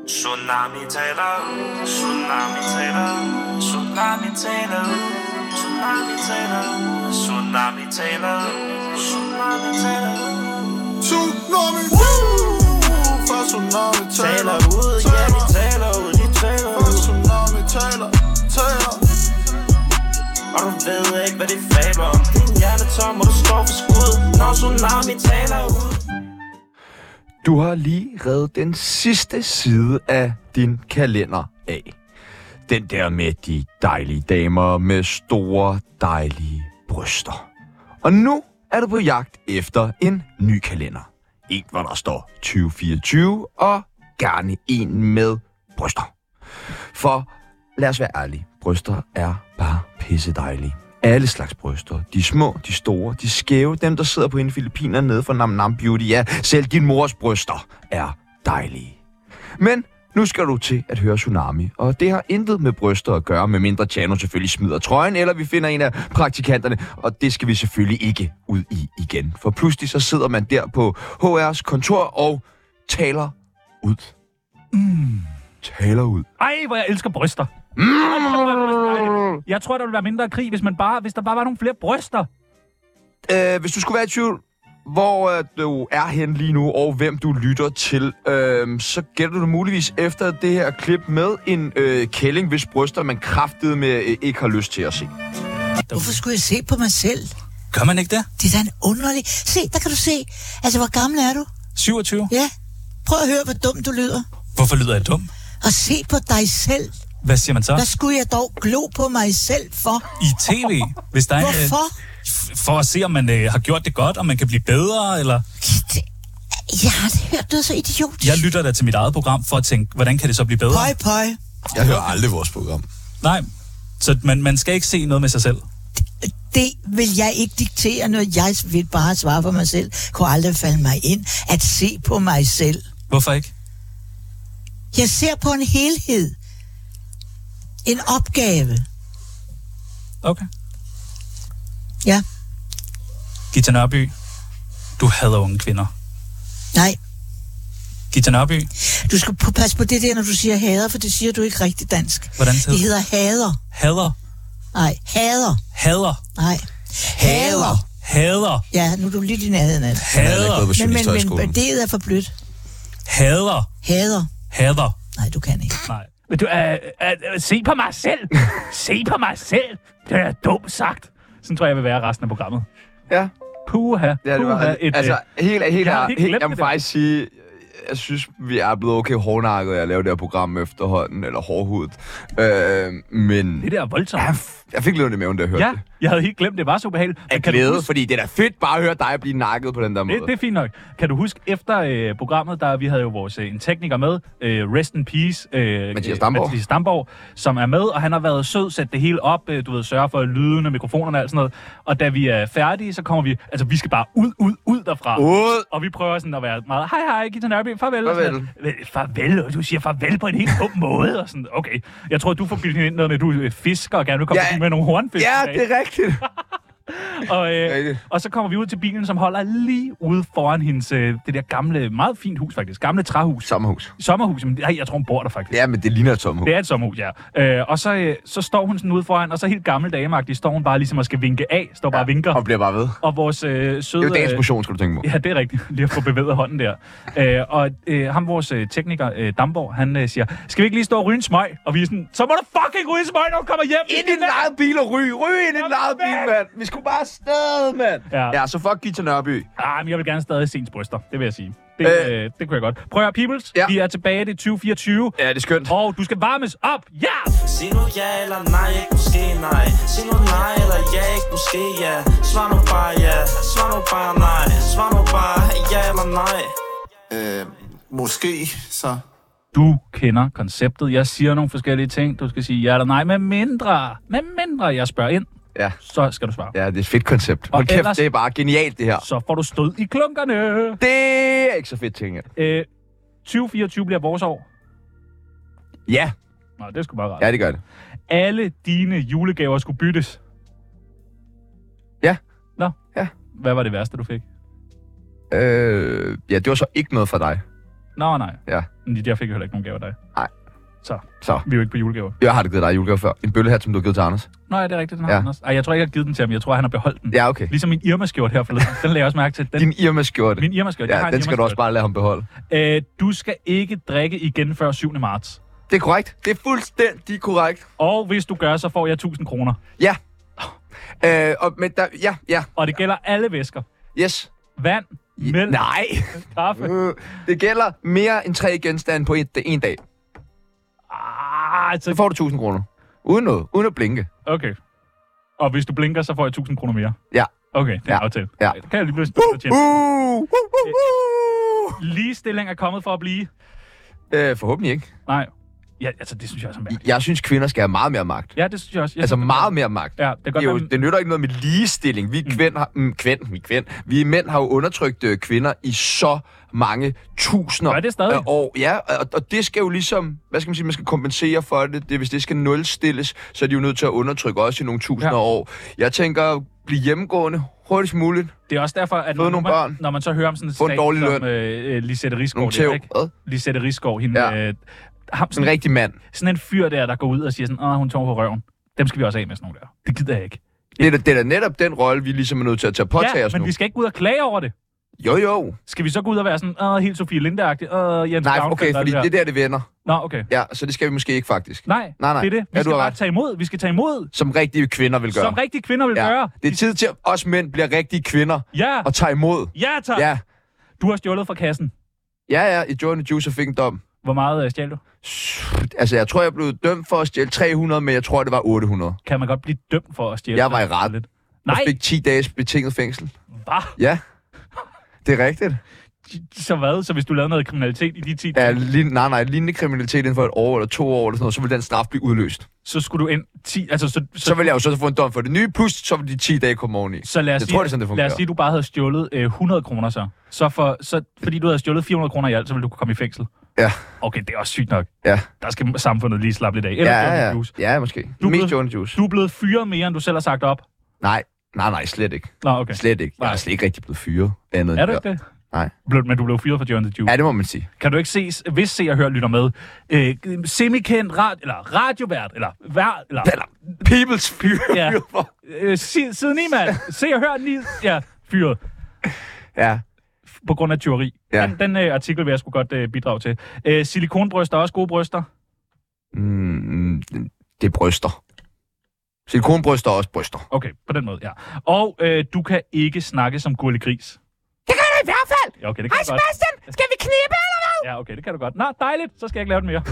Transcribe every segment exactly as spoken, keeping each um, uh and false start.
Tsunami taler ud, tsunami taler ud, tsunami taler ud, tsunami taler ud, tsunami taler ud, tsunami taler ud. Tsunami, woo! For tsunami taler ud, ja de taler ud, de taler ud. For tsunami taler, taler. Og du ved ikke hvad det fabler om. Din hjerte tom, og du står for skud, når tsunami taler ud. Du har lige reddet den sidste side af din kalender af. Den der med de dejlige damer med store, dejlige bryster. Og nu er du på jagt efter en ny kalender. En, hvor der står tyve fireogtyve, og gerne en med bryster. For lad os være ærlige, bryster er bare pisse dejlige. Alle slags bryster. De små, de store, de skæve. Dem, der sidder på en Filippiner nede for Nam Nam Beauty. Ja, selv din mors bryster er dejlige. Men nu skal du til at høre Tsunami. Og det har intet med bryster at gøre, medmindre Tjano selvfølgelig smider trøjen, eller vi finder en af praktikanterne. Og det skal vi selvfølgelig ikke ud i igen. For pludselig så sidder man der på H R's kontor og taler ud. Mm. Taler ud. Ej, hvor jeg elsker bryster. Mm. Jeg tror, der ville være mindre krig, hvis, man bare, hvis der bare var nogle flere bryster. Øh, hvis du skulle være i tvivl, hvor øh, du er hen lige nu, og hvem du lytter til, øh, så gætter du det muligvis efter det her klip med en øh, kælling, hvis bryster man kraftede med øh, ikke har lyst til at se. Hvorfor skulle jeg se på mig selv? Gør man ikke det? Det er da en underlig... Se, der kan du se. Altså, hvor gammel er du? syvogtyve. Ja. Prøv at høre, hvor dum du lyder. Hvorfor lyder jeg dum? Og se på dig selv. Hvad siger man så? Hvad skulle jeg dog glo på mig selv for? I tv? Hvis der er Hvorfor? En, øh, for at se, om man øh, har gjort det godt, om man kan blive bedre, eller... Det, jeg har aldrig hørt noget så idiotisk. Jeg lytter da til mit eget program for at tænke, hvordan kan det så blive bedre? Pøj, pøj. Jeg hører aldrig vores program. Nej, så man, man skal ikke se noget med sig selv. Det, det vil jeg ikke diktere, når jeg vil bare svare for mig selv. Kunne aldrig falde mig ind at se på mig selv. Hvorfor ikke? Jeg ser på en helhed. En opgave. Okay. Ja. Gita Nørby, du hader unge kvinder. Nej. Gita Nørby. Du skal passe på det der, når du siger hader, for det siger du ikke rigtig dansk. Hvordan hedder det? hedder hader. Hader? Nej, hader. Hader? Nej. Hader. Hader? Ja, nu er du lidt i nærheden af det. Hader? Men, men, men det er for blødt. Hader? Hader. Hader? Nej, du kan ikke. Nej. Du, uh, uh, se på mig selv. Se på mig selv. Det er dumt sagt. Sådan tror jeg, jeg vil være resten af programmet. Ja. Puha. Ja, det var, Puha, et, altså, helt, helt, jeg, helt, helt jeg må faktisk sige, jeg synes, vi er blevet okay hårdnakket at lave det her program efterhånden, eller hårdhudet. Øh, men... Det der er voldsomt. Jeg, jeg fik lidt i maven, da jeg hørte ja, det. jeg havde helt glemt, det var så ubehageligt. Jeg glæde, huske... fordi det er da fedt bare at høre dig blive nakket på den der måde. Det, det er fint nok. Kan du huske, efter øh, programmet, der vi havde jo vores øh, en tekniker med, øh, Rest in Peace, øh, Mathias Damborg. Mathias Damborg, som er med, og han har været sød, sætte det hele op, øh, du ved, sørge for lydene, mikrofonerne og alt sådan noget. Og da vi er færdige, så kommer vi, altså vi skal bare ud, ud, ud derfra. Ud! Og vi prøver sådan at være meget, hej hej, Gita Nørby, farvel. Farvel. Farvel, og du siger farvel på en helt dum måde, og sådan, okay. Jeg tror, du får bildet ind noget med, at du er fisker, og gerne vil komme ja, med nogle hornfisk. Ja, det er rigtigt. og, øh, og så kommer vi ud til bilen, som holder lige ude foran hendes, øh, det der gamle, meget fint hus faktisk, gamle træhus. Sommerhus. Sommerhus, men nej, jeg tror hun bor der faktisk. Ja, men det ligner et sommerhus. Det er et sommerhus, ja. Øh, og så, øh, så står hun sådan ude foran, og så helt gammel dameagtig, står hun bare ligesom og skal vinke af, står bare ja, og vinker. Og bliver bare ved. Og vores øh, søde... Det er jo dagens motion, skal du tænke på. Ja, det er rigtigt. Lige at få bevæget hånden der. øh, og øh, ham, vores øh, tekniker, øh, Damborg, han øh, siger, skal vi ikke lige stå og ryge en smøg? Og vi er sådan, så må du fucking ryge en smøg, når du kommer hjem! Ind i en lejet bil og ryge! Ryge ind i en lejet bil, mand! Vi skulle bare afsted, mand! Ja. ja, så fuck Gita Nørby. Ah, men jeg vil gerne stadig se ens bryster, det vil jeg sige. Det, øh, øh, det kunne jeg godt. Prøv at Peoples, ja. Vi er tilbage, det er tyve fireogtyve. Ja, det er skønt. Og du skal varmes op, ja! Sig nu ja eller nej, ikke måske nej. Sig nu nej eller ja, ikke måske ja. Svar nu bare ja, svar nu bare nej. Svar nu bare ja eller nej. Øh, måske så... Du kender konceptet. Jeg siger nogle forskellige ting. Du skal sige ja eller nej, med mindre, med mindre jeg spørger ind. Ja. Så skal du svare. Ja, det er et fedt koncept. Hold kæft, ellers, det er bare genialt, det her. Så får du stød i klunkerne. Det er ikke så fedt, tænker jeg. Øh, tyve fireogtyve bliver vores år. Ja. Nå, det er sgu bare rart. Ja, det gør det. Alle dine julegaver skulle byttes. Ja. Nå. Ja. Hvad var det værste, du fik? Øh, ja, det var så ikke noget for dig. Nå, nej. Ja. Men jeg fik jo heller ikke nogen gaver af dig. Nej. Så, Så. vi er jo ikke på julegaver. Jeg har det givet dig julegave før. En bøllehat, som du har givet til Anders. Nå, ja, det er rigtigt, den har Ja. han også. Ej, jeg tror ikke, jeg har givet den til ham. Jeg tror, han har beholdt den. Ja, okay. Ligesom min Irma-skjort her forleden. Den lagde jeg også mærke til. Den, Din Irma-skjorte. min Irma-skjort. Jeg har Ja, en den skal du også Irma-skjort. bare lade ham beholde. Øh, du skal ikke drikke igen før syvende marts. Det er korrekt. Det er fuldstændig korrekt. Og hvis du gør, så får jeg tusind kroner. Ja. Øh, og, men der, ja, ja. Og det gælder alle væsker. Yes. Vand, mælk, Nej. kaffe. Øh, det gælder mere end tre genstande på en, en dag. Ah, Så altså, får du tusind kroner. Uden noget. Uden at blinke. okay. Og hvis du blinker, så får jeg tusind kroner mere. Ja. Okay, det er Ja. ja. aftalt. Ja. Det kan jeg lige pludselig Uh, tjene. uh, uh, uh, uh. Ligestilling er kommet for at blive. Øh, forhåbentlig ikke. Nej. Ja, altså, det synes jeg også er mærkeligt. Jeg synes, kvinder skal have meget mere magt. Ja, det synes jeg også. Jeg Altså synes, meget mere magt. Ja, det er Det, godt. er jo, være- det nytter ikke noget med ligestilling. Vi kvind har, mm, kvind, vi, kvind, vi mænd har jo undertrykt øh, kvinder i så mange tusinder Gør det stadig? af år. Ja, og, og det skal jo ligesom, hvad skal man sige, man skal kompensere for det. det. Hvis det skal nulstilles, så er de jo nødt til at undertrykke også i nogle tusinder Ja. år. Jeg tænker, blive hjemmegående hurtigst muligt. Det er også derfor, at Fået når nogle man, børn. når man så hører om sådan en Få en stat dårlig som løn. øh, øh, Lisette Risgaard, Nogle det er tæv. ikke? Hvad? Lisette Risgaard, hende, Ja. øh, ham, Sådan sådan, en rigtig mand. sådan en fyr der, der går ud og siger sådan, åh, hun tog på røven. Dem skal vi også af med sådan nogle der. Det gider jeg ikke. Det er, da- det er da netop den rolle, vi ligesom er nødt til at tage påtage Ja, os men nu. vi skal ikke gå ud og klage over det. Jo, jo. Skal vi så gå ud og være sådan, åh, helt Sofie Linde-agtig, åh, Jens Nej, Blauenfeldt okay, og fordi der. det der, det vender. Nå, okay. Ja, så det skal vi måske ikke faktisk. Nej, Nej, nej. det er det. Vi Ja, du skal har bare ret. tage imod. Vi skal tage imod, Som rigtige kvinder vil gøre. som rigtige kvinder vil gøre. Det er tid til, at os mænd bliver rigtige kvinder Ja, og tager imod. ja tak. Ja, Du har stjålet fra kassen. ja, ja. I Joe and the Juice fik en dom. Hvor meget øh, stjal du? Altså, jeg tror, jeg blev dømt for at stjæle tre hundrede, men jeg tror, det var otte hundrede. Kan man godt blive dømt for at stjæle? Jeg var i ret. Lidt? Jeg Nej, fik ti dages betinget fængsel. hvad? Ja, det er rigtigt. Så hvad? Så hvis du lavede noget kriminalitet i de ti Ja, dage, lin, nej, nej, lignende kriminalitet inden for et år eller to år eller sådan noget, så vil den straf blive udløst. så skulle du ind ti... Altså, så, så, Så vil jeg jo så få en dom for det nye, plus så vil de ti dage komme oveni. så lad os Jeg sige, tror, det er sådan, det lad fungerer. os sige, at du bare havde stjålet øh, hundrede kroner så. Så, for, så fordi du havde stjålet fire hundrede kroner i alt, så ville du kunne komme i fængsel. Ja. Okay, det er også sygt nok. Ja. Der skal samfundet lige slappe lidt af. Eller Ja, Joe and the ja, Juice. ja, måske. Du er Mest blevet- Joe and the Juice. Du er blevet fyret mere, end du selv har sagt op. Nej, nej, nej, slet ikke. Nå, okay. Slet ikke. Jeg er Nej. slet ikke rigtig blevet fyret. Andet Er end du før. ikke det? Nej. Blev, men du blev fyret fra Joe and the Juice. Ja, det må man sige. Kan du ikke se, hvis Se og Hør lytter med, øh, semikendt rad, eller radiovært, eller vært, eller Eller Peoples fyre. Ja. øh, si- siden i mand, Se og Hør lige, ja, fyret Ja. på grund af tyveri. Ja. Den, den øh, artikel vil jeg sgu godt øh, bidrage til. Øh, silikonbryster er også gode bryster. Mm, det er bryster. Silikonbryster er også bryster. Okay, på den måde, ja. Og øh, du kan ikke snakke som Gurli Gris. Det kan du i hvert fald! Ja, okay, det kan du godt. Sebastian, skal vi knibe eller hvad? Ja, okay, det kan du godt. Nå, dejligt, så skal jeg ikke lave den mere.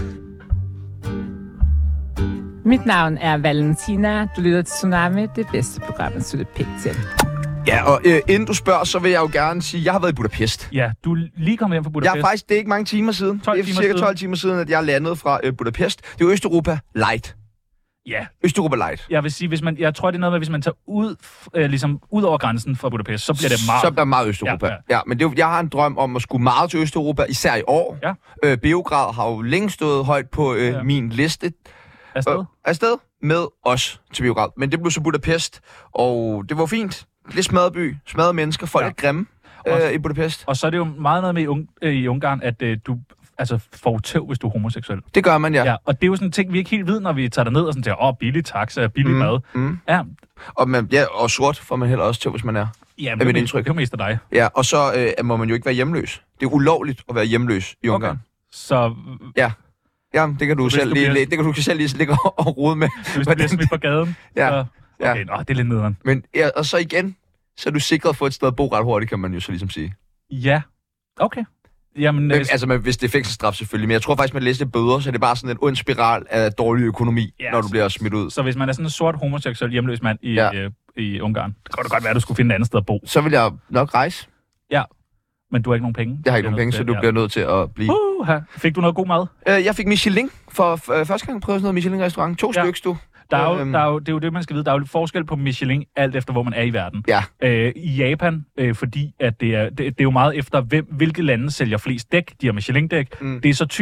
Mit navn er Valentina. Du lytter til Tsunami, det bedste program, at slutte pænt til. Ja, og øh, inden du spørger, så vil jeg jo gerne sige, at jeg har været i Budapest. Ja, du er lige kommet hjem fra Jeg Budapest. er faktisk, det er ikke mange timer siden. tolv det er timer cirka siden. tolv timer siden, at jeg landede fra øh, Budapest. Det er jo Østeuropa Light. Ja, Østeuropa Light. jeg vil sige, hvis man, jeg tror, det er noget med, hvis man tager ud, øh, ligesom, ud over grænsen fra Budapest, så bliver det meget... Så bliver det meget Østeuropa. Ja, Ja, ja. ja. men det er, jo- jeg har en drøm om at skulle meget til Østeuropa, især i år. Ja. Øh, Beograd har jo længe stået højt på øh, Ja. ja. min liste. Afsted. Øh, afsted med os til Beograd. Men det blev så Budapest, og det var fint. Lidt smadret by, smadrede mennesker, folk Ja. er grimme Også- øh, i Budapest. Og så er det jo meget noget med i, Ung- øh, i Ungarn, at øh, du altså, får tæv, hvis du er homoseksuel. Det gør man, ja. Ja. Og det er jo sådan en ting, vi ikke helt ved, når vi tager derned og sådan tænker, åh, billig taxa, billig mm. mad. Mm. Ja, Og, man, ja, og sort får man heller også til, hvis man er. ja Er det, mit er indtryk. det er jo mest af dig. Ja, og så øh, må man jo ikke være hjemløs. Det er ulovligt at være hjemløs i Ungarn. Okay. Så Ja. Jamen, det kan du Hvis selv du lige, bliver- det kan du selv lige ligge og, og rode med. hvis du Hvordan bliver smidt på gaden, Ja. så... Ja. Okay, nå, det er lidt nederen. Men ja, og så igen, så er du sikret for et sted at bo ret hurtigt, kan man jo så ligesom sige. Ja, okay. Jamen, Men, øh, altså, men, hvis det er fængselsstraf selvfølgelig. Men jeg tror faktisk, man læser bøder, så er det bare sådan en ond spiral af dårlig økonomi, Ja, når du bliver smidt ud. så hvis man er sådan en sort homoseksuel hjemløs mand i, Ja. øh, i Ungarn, så kan det godt være, at du skulle finde et andet sted at bo. Så vil jeg nok rejse. Men du har ikke nogen penge. Jeg har ikke nogen penge, så du bliver nødt til at blive... Uh, Fik du noget god mad? Øh, jeg fik Michelin for øh, første gang prøvede sådan noget Michelin-restaurant. To Ja. stykker, du. Der er, jo, Øhm. der er jo, det er jo det, man skal vide. Der er jo lidt forskel på Michelin, alt efter hvor man er i verden. Ja. Øh, I Japan, øh, fordi at det, er, det, det er jo meget efter, hvem, hvilke lande sælger flest dæk. De har Michelin-dæk. Mm. Det er så typisk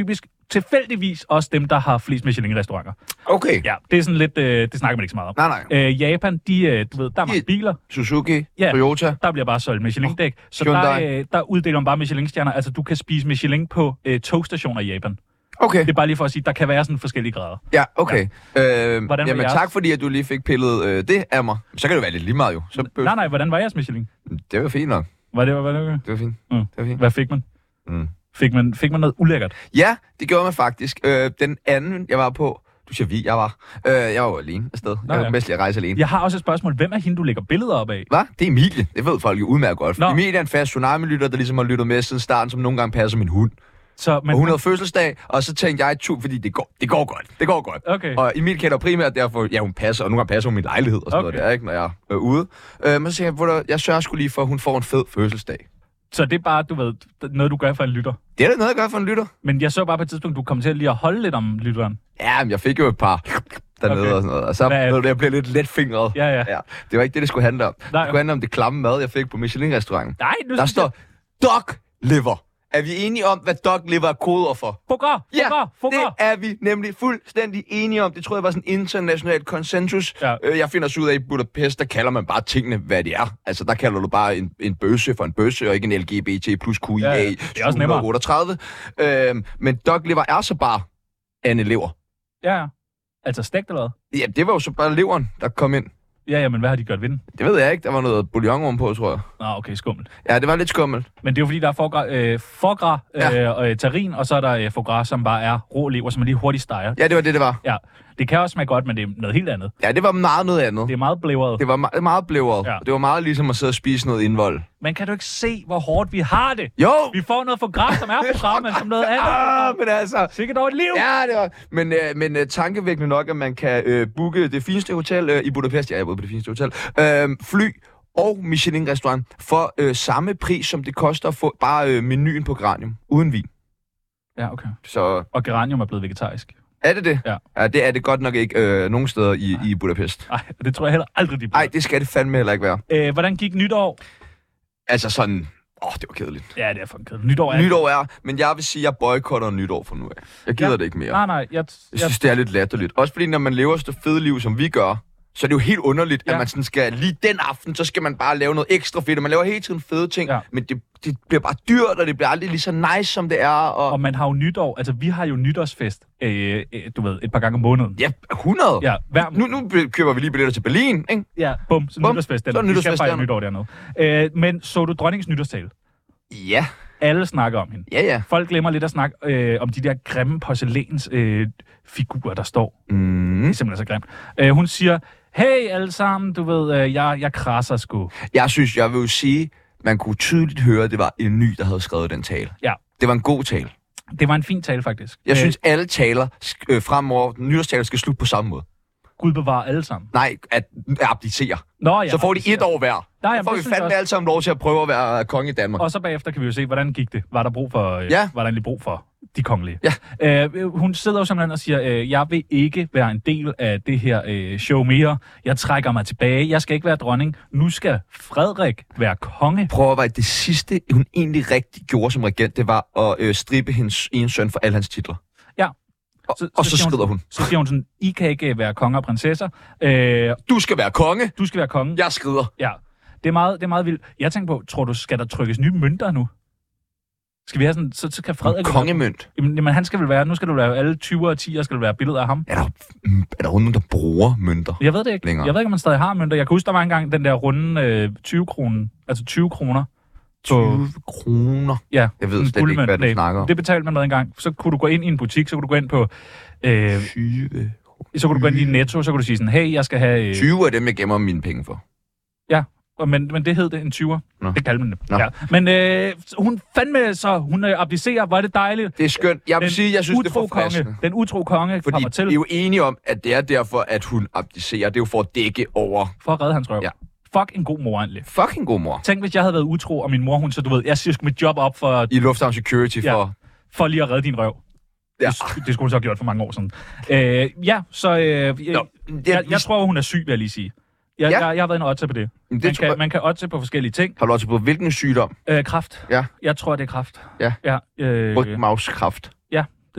tilfældigvis også dem, der har flest Michelin-restauranter. Okay. Ja, det er sådan lidt, øh, det snakker man ikke så meget om. Nej, nej. Øh, Japan, de, øh, du ved, der er mange biler. Suzuki, Ja. Toyota. Der bliver bare solgt Michelin-dæk. Så Hyundai. der, øh, der uddeler man bare Michelin-stjerner. Altså, du kan spise Michelin på øh, togstationer i Japan. Okay. Det er bare lige for at sige, der kan være sådan forskellige grader. Ja, okay. Ja. Øh, Hvordan var jamen jeres? tak fordi, at du lige fik pillet øh, det af mig. Så kan det være lidt lige meget jo. Så, Nej, nej, hvordan var jeres Michelin? Det var fint nok. Var det, var det, Det var fint. mm. Det var fint. Hvad fik man? Mm. Fik man, fik man noget ulækkert? Ja, det gjorde man faktisk. Øh, den anden, jeg var på... Du siger vi, jeg var. Øh, jeg var jo alene afsted. Nå, Jeg ja. var mest lige at rejse alene. Jeg har også et spørgsmål. Hvem er hende, du lægger billeder op af? Hvad? Det er Emilie. Det ved folk jo udmærket godt. Nå. Emilie er en fast Tsunami-lytter, der ligesom har lyttet med siden starten, som nogle gange passer min hund. Så, men, Og hun havde fødselsdag, og så tænkte jeg, tu, fordi det går, det går godt. Det går godt. Okay. Og Emilie kender primært derfor, ja, hun passer, og nogle gange passer hun min lejlighed og sådan Okay. noget der, ikke, når jeg er ude. Øh, men så tænkte jeg, hvor der, jeg sørger sgu lige for, at hun får en fed fødselsdag. Så det er bare, du ved, noget du gør for en lytter. Det er da noget, jeg gør for en lytter. Men jeg så bare på et tidspunkt, du kom til lige at holde lidt om lytteren. Ja, men jeg fik jo et par dernede Okay. og sådan noget. Og så Hvad er- ved du, jeg blev lidt letfingret. Ja, ja. Ja, det var ikke det, det skulle handle om. Nej. Det skulle handle om det klamme mad, jeg fik på Michelin-restauranten. Nej, nu Der synes står dog liver. Er vi enige om, hvad dog liver er koder for? Fogar, Ja, fogar, det fogar. er vi nemlig fuldstændig enige om. Det tror jeg var sådan en international konsensus. Ja. Øh, Jeg finder så ud af, at i Budapest, der kalder man bare tingene, hvad de er. Altså, der kalder du bare en, en bøsse for en bøsse, og ikke en L G B T plus Q I A Ja, ja. Det er også nemmere. syv otteogtredive. Øh, men dog liver er så bare Anne lever. Ja, ja. Altså stegt eller hvad? Ja, det var jo så bare leveren, der kom ind. Ja, ja, men hvad har de gjort ved den? Det ved jeg ikke. Der var noget bouillon ovenpå, tror jeg. Nå, okay, skummelt. Ja, det var lidt skummelt. Men det er jo fordi, der er foie øh, foie gras, øh, Ja. og øh, tarin, og så er der øh, foie gras, som bare er rå lever, som man lige hurtigt steger. Ja, det var det, det var. Ja, det kan også smage godt, men det er noget helt andet. Ja, det var meget noget andet. Det er meget blævret. Det var me- meget blævret. Ja. Det var meget ligesom at sidde og spise noget indvold. Men kan du ikke se, hvor hårdt vi har det? Jo! Vi får noget foie gras, som er foie gras, men som noget andet. Ah, men altså... Sikkert dog et liv! Ja, det var... Men, øh, men øh, tankevækkende nok, at man kan øh, booke det fineste hotel øh, i Budapest. Ja, jeg boede på det fineste hotel. Øh, fly og Michelin-restaurant for øh, samme pris, som det koster at få bare øh, menuen på Granium. Uden vin. Ja, okay. Så Og geranium er blevet vegetarisk. er det det? Ja. Ja, det er det godt nok ikke øh, nogen steder i, i Budapest. Nej, det tror jeg heller aldrig, de bliver. Nej, det skal det fandme heller ikke være. Øh, hvordan gik nytår? Altså sådan... Åh, det var kedeligt. Ja, det er for kedeligt. Nytår er... Nytår er, men jeg vil sige, at jeg boykotter nytår fra nu af. Jeg gider Ja. det ikke mere. Nej, nej, jeg... Jeg jeg synes, det er lidt latterligt. Også fordi, når man lever så fede liv, som vi gør, så er det jo helt underligt, ja. Ja. at man sådan skal, lige den aften, så skal man bare lave noget ekstra fedt. Og man laver hele tiden fede ting, Ja. men det, det bliver bare dyrt, og det bliver aldrig lige så nice, som det er. Og, Og man har jo nytår, altså vi har jo nytårsfest, øh, øh, du ved, et par gange om måneden. ja, hundrede. Ja, hver Nu, nu køber vi lige billetter til Berlin, ikke? Ja, bum, så Bum, nytårsfest. så er Den. Vi nytårsfest skal fejre dernede. nytår dernede. Øh, men så du dronningens nytårstale? Ja, Alle snakker om hende. ja, ja. Folk glemmer lidt at snakke øh, om de der grimme porcelæns øh, figurer, der står. Mm. Det er simpelthen så grimt. Øh, hun siger, hey alle sammen, du ved, øh, jeg, jeg krasser sgu. Jeg synes, jeg vil jo sige, man kunne tydeligt høre, at det var en ny, der havde skrevet den tale. Ja. Det var en god tale. Det var en fin tale, faktisk. Jeg synes, alle taler sk- øh, fremover, nytårstaler skal slutte på samme måde. Gud bevarer alle sammen. Nej, at abdicere. Nå, ja, Så får de et år hver. Nej, Så jamen, får det vi synes jeg fandme også. alle sammen lov til at prøve at være konge i Danmark. Og så bagefter kan vi jo se, hvordan gik det. Var der brug for, øh, Ja. var der egentlig brug for de kongelige? Ja. Øh, hun sidder jo simpelthen og siger, øh, jeg vil ikke være en del af det her øh, show mere. Jeg trækker mig tilbage. Jeg skal ikke være dronning. Nu skal Frederik være konge. Prøv at være, det sidste, hun egentlig rigtig gjorde som regent, det var at øh, strippe hendes ene søn for alle hans titler. Ja. Og så, og så siger skrider hun. Så siger hun sådan, I kan ikke være konger og prinsesser. Øh, Du skal være konge. du skal være konge. Jeg skrider. Ja. Det er, meget, det er meget vildt. Jeg tænker på, tror du, skal der trykkes nye mønter nu? Skal vi have sådan, så, så kan Frederik... Kongemønt. Jamen, jamen, han skal vel være, nu skal du være alle tyve og ti'er, skal du være billeder af ham. Er der, mm, er der nogen, der bruger mønter? Jeg ved det ikke. Længere. Jeg ved ikke, om man stadig har mønter. Jeg kan huske, der var engang den der runde øh, tyve kroner, altså tyve kroner. tyve kroner. Ja, Jeg ved en slet ikke, guldmønt. hvad du Nej, snakker om. Det betalte man med en gang. Så kunne du gå ind i en butik, så kunne du gå ind på... Øh, tyve. så kunne du gå ind i Netto, så kunne du sige sådan, hey, jeg skal have... Øh, tyve er dem, jeg gemmer mine penge for. Ja, og men, men det hed det en tyver. Nå. Det kaldte man det. Nå. Ja. Men øh, hun fandme så, hun øh, abdicerer, hvor er det dejligt. Det er skønt. Jeg vil Den sige, jeg synes, det er utro forfriskende. konge, den utro konge Fordi kommer vi til er jo enige om, at det er derfor, at hun abdicerer. Det er jo for at dække over. for at redde hans røv. Ja. Fuck en god mor egentlig. Fucking god mor. Tænk, hvis jeg havde været utro, og min mor, hun så, du ved, jeg siger sgu mit job op for, I Lufthavn Security Ja. for... for lige at redde din røv. Ja. Det, det skulle hun så have gjort for mange år siden. Øh, ja, så øh, Nå, jeg, jeg, jeg tror, hun er syg, vil jeg lige sige. Jeg, Ja. jeg, jeg har været en otte på det. Men det Man tror kan, jeg- man kan otte på forskellige ting. Har du også på hvilken sygdom? Øh, kraft. Ja. Jeg tror, det er kraft. Ja. Ja, øh, Rygmavskræft. ja det tror jeg.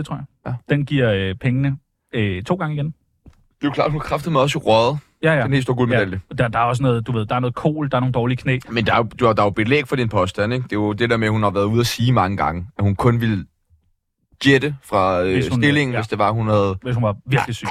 Ja. Den giver øh, pengene øh, to gange igen. Det er jo klart, hun kræftede med også røget. Ja, ja. Den helt store guldmedalje. Ja. Der, der er også noget, du ved, der er noget kol, der er nogle dårlige knæ. Men der er, jo, der er jo belæg for din påstand, ikke? Det er jo det der med, at hun har været ude at sige mange gange, at hun kun ville jette fra øh, Hvis hun- stillingen, ja. hvis det var, hun havde... Hvis hun var virkelig syg.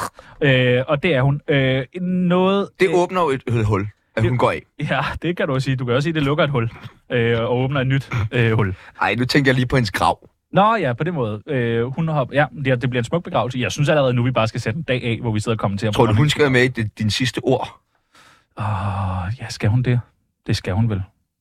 Ja. Øh, og det er hun. Øh, noget... Det øh, åbner jo et, et hul, at det- hun går af. Ja, det kan du også sige. Du kan også sige, at det lukker et hul. Øh, og åbner et nyt øh, hul. Ej, nu tænker jeg lige på hendes grav. Nå ja, på den måde. Øh, hun har... Ja, det, det bliver en smuk begravelse. Jeg synes allerede nu, vi bare skal sætte en dag af, hvor vi sidder og kommenterer. Tror du, hun skal være med i det, din sidste ord? Åh, ja, skal hun det? Det skal hun vel.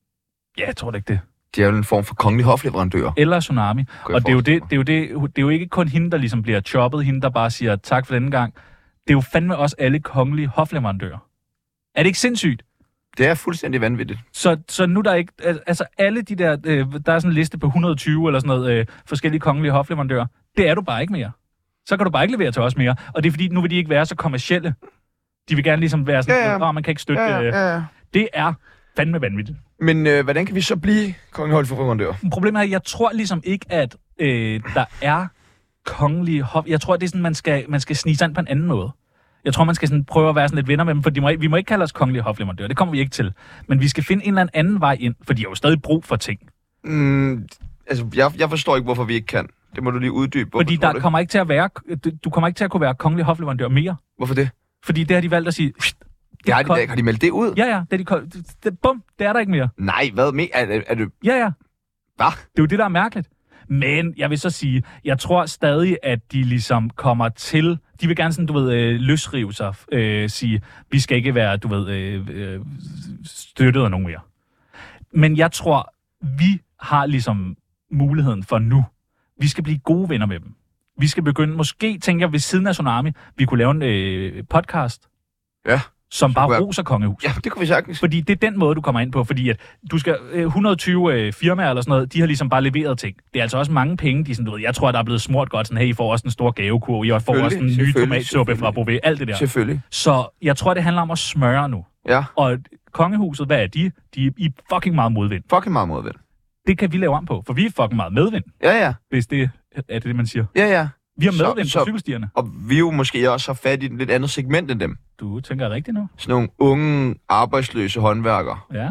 Ja, jeg tror da ikke det. Det er jo en form for kongelig hofleverandør. Eller Tsunami. Kunne jeg Og det er, jo det, forestille det, er jo det, det er jo ikke kun hende, der ligesom bliver choppet, hende, der bare siger tak for denne gang. Det er jo fandme også alle kongelige hofleverandører. Er det ikke sindssygt? Det er fuldstændig vanvittigt. Så, så nu der er ikke... al- Altså alle de der... Øh, der er sådan en liste på et hundrede og tyve eller sådan noget øh, forskellige kongelige hofleverandører. Det er du bare ikke mere. Så kan du bare ikke levere til os mere. Og det er fordi, nu vil de ikke være så kommercielle. De vil gerne ligesom være sådan... Ja, Åh, ja. oh, man kan ikke støtte... Ja, Øh, ja, ja. det er fandme vanvittigt. Men øh, hvordan kan vi så blive kongelig hofleverandør? Problemet er, at jeg tror ligesom ikke, at øh, der er kongelige hof... Jeg tror, det er sådan, man skal, man skal snige sig ind på en anden måde. Jeg tror, man skal sådan prøve at være sådan lidt venner med dem, for de må, ikke- vi må ikke kalde os kongelige hofleverandører. Det kommer vi ikke til. Men vi skal finde en eller anden vej ind, for de har jo stadig brug for ting. Mm, altså, jeg, jeg forstår ikke, hvorfor vi ikke kan. Det må du lige uddybe. Hvorfor Fordi tror der du? kommer ikke til at være... Du, du kommer ikke til at kunne være kongelig hofleverandør mere. Hvorfor det? Fordi det har de valgt at sige... Det har, de, kon- har de meldt det ud? Ja, ja. Det er de, kon- det, det, bum, det er der ikke mere. Nej, hvad med? Er, er, er det... Ja, ja. Hvad? Det er jo det, der er mærkeligt. Men jeg vil så sige, jeg tror stadig, at de ligesom kommer til... De vil gerne sådan, du ved, øh, løsrive sig. Øh, sige, vi skal ikke være, du ved, øh, øh, støttet af nogen mere. Men jeg tror, vi har ligesom muligheden for nu. Vi skal blive gode venner med dem. Vi skal begynde, måske tænker jeg ved siden af Tsunami, vi kunne lave en øh, podcast, Ja. som bare kunne jeg- roser kongehuset. Ja, det kunne vi sagtens. Fordi det er den måde, du kommer ind på, fordi at du skal, øh, et hundrede og tyve øh, firmaer eller sådan noget, de har ligesom bare leveret ting. Det er altså også mange penge, de sådan, du ved, jeg tror, der er blevet smurt godt, sådan, hey, I får også en stor gavekurve, I får Selvfølgelig, også en ny selvfølgelig, tomatsuppe fra selvfølgelig. Bouvet, alt det der. Selvfølgelig. Så jeg tror, det handler om at smøre nu. Ja, Og kongehuset, hvad er de? De er i fucking meget modvind. fucking meget modvind. Det kan vi lave om på, for vi er fucking meget medvind, Ja, ja. hvis det er det, det man siger. Ja, ja. Vi har Så- medvind så- på cykelstierne. Og vi jo måske også har fat i et lidt andet segment end dem. Du tænker rigtigt nu? Sådan nogle unge, arbejdsløse håndværkere. Ja.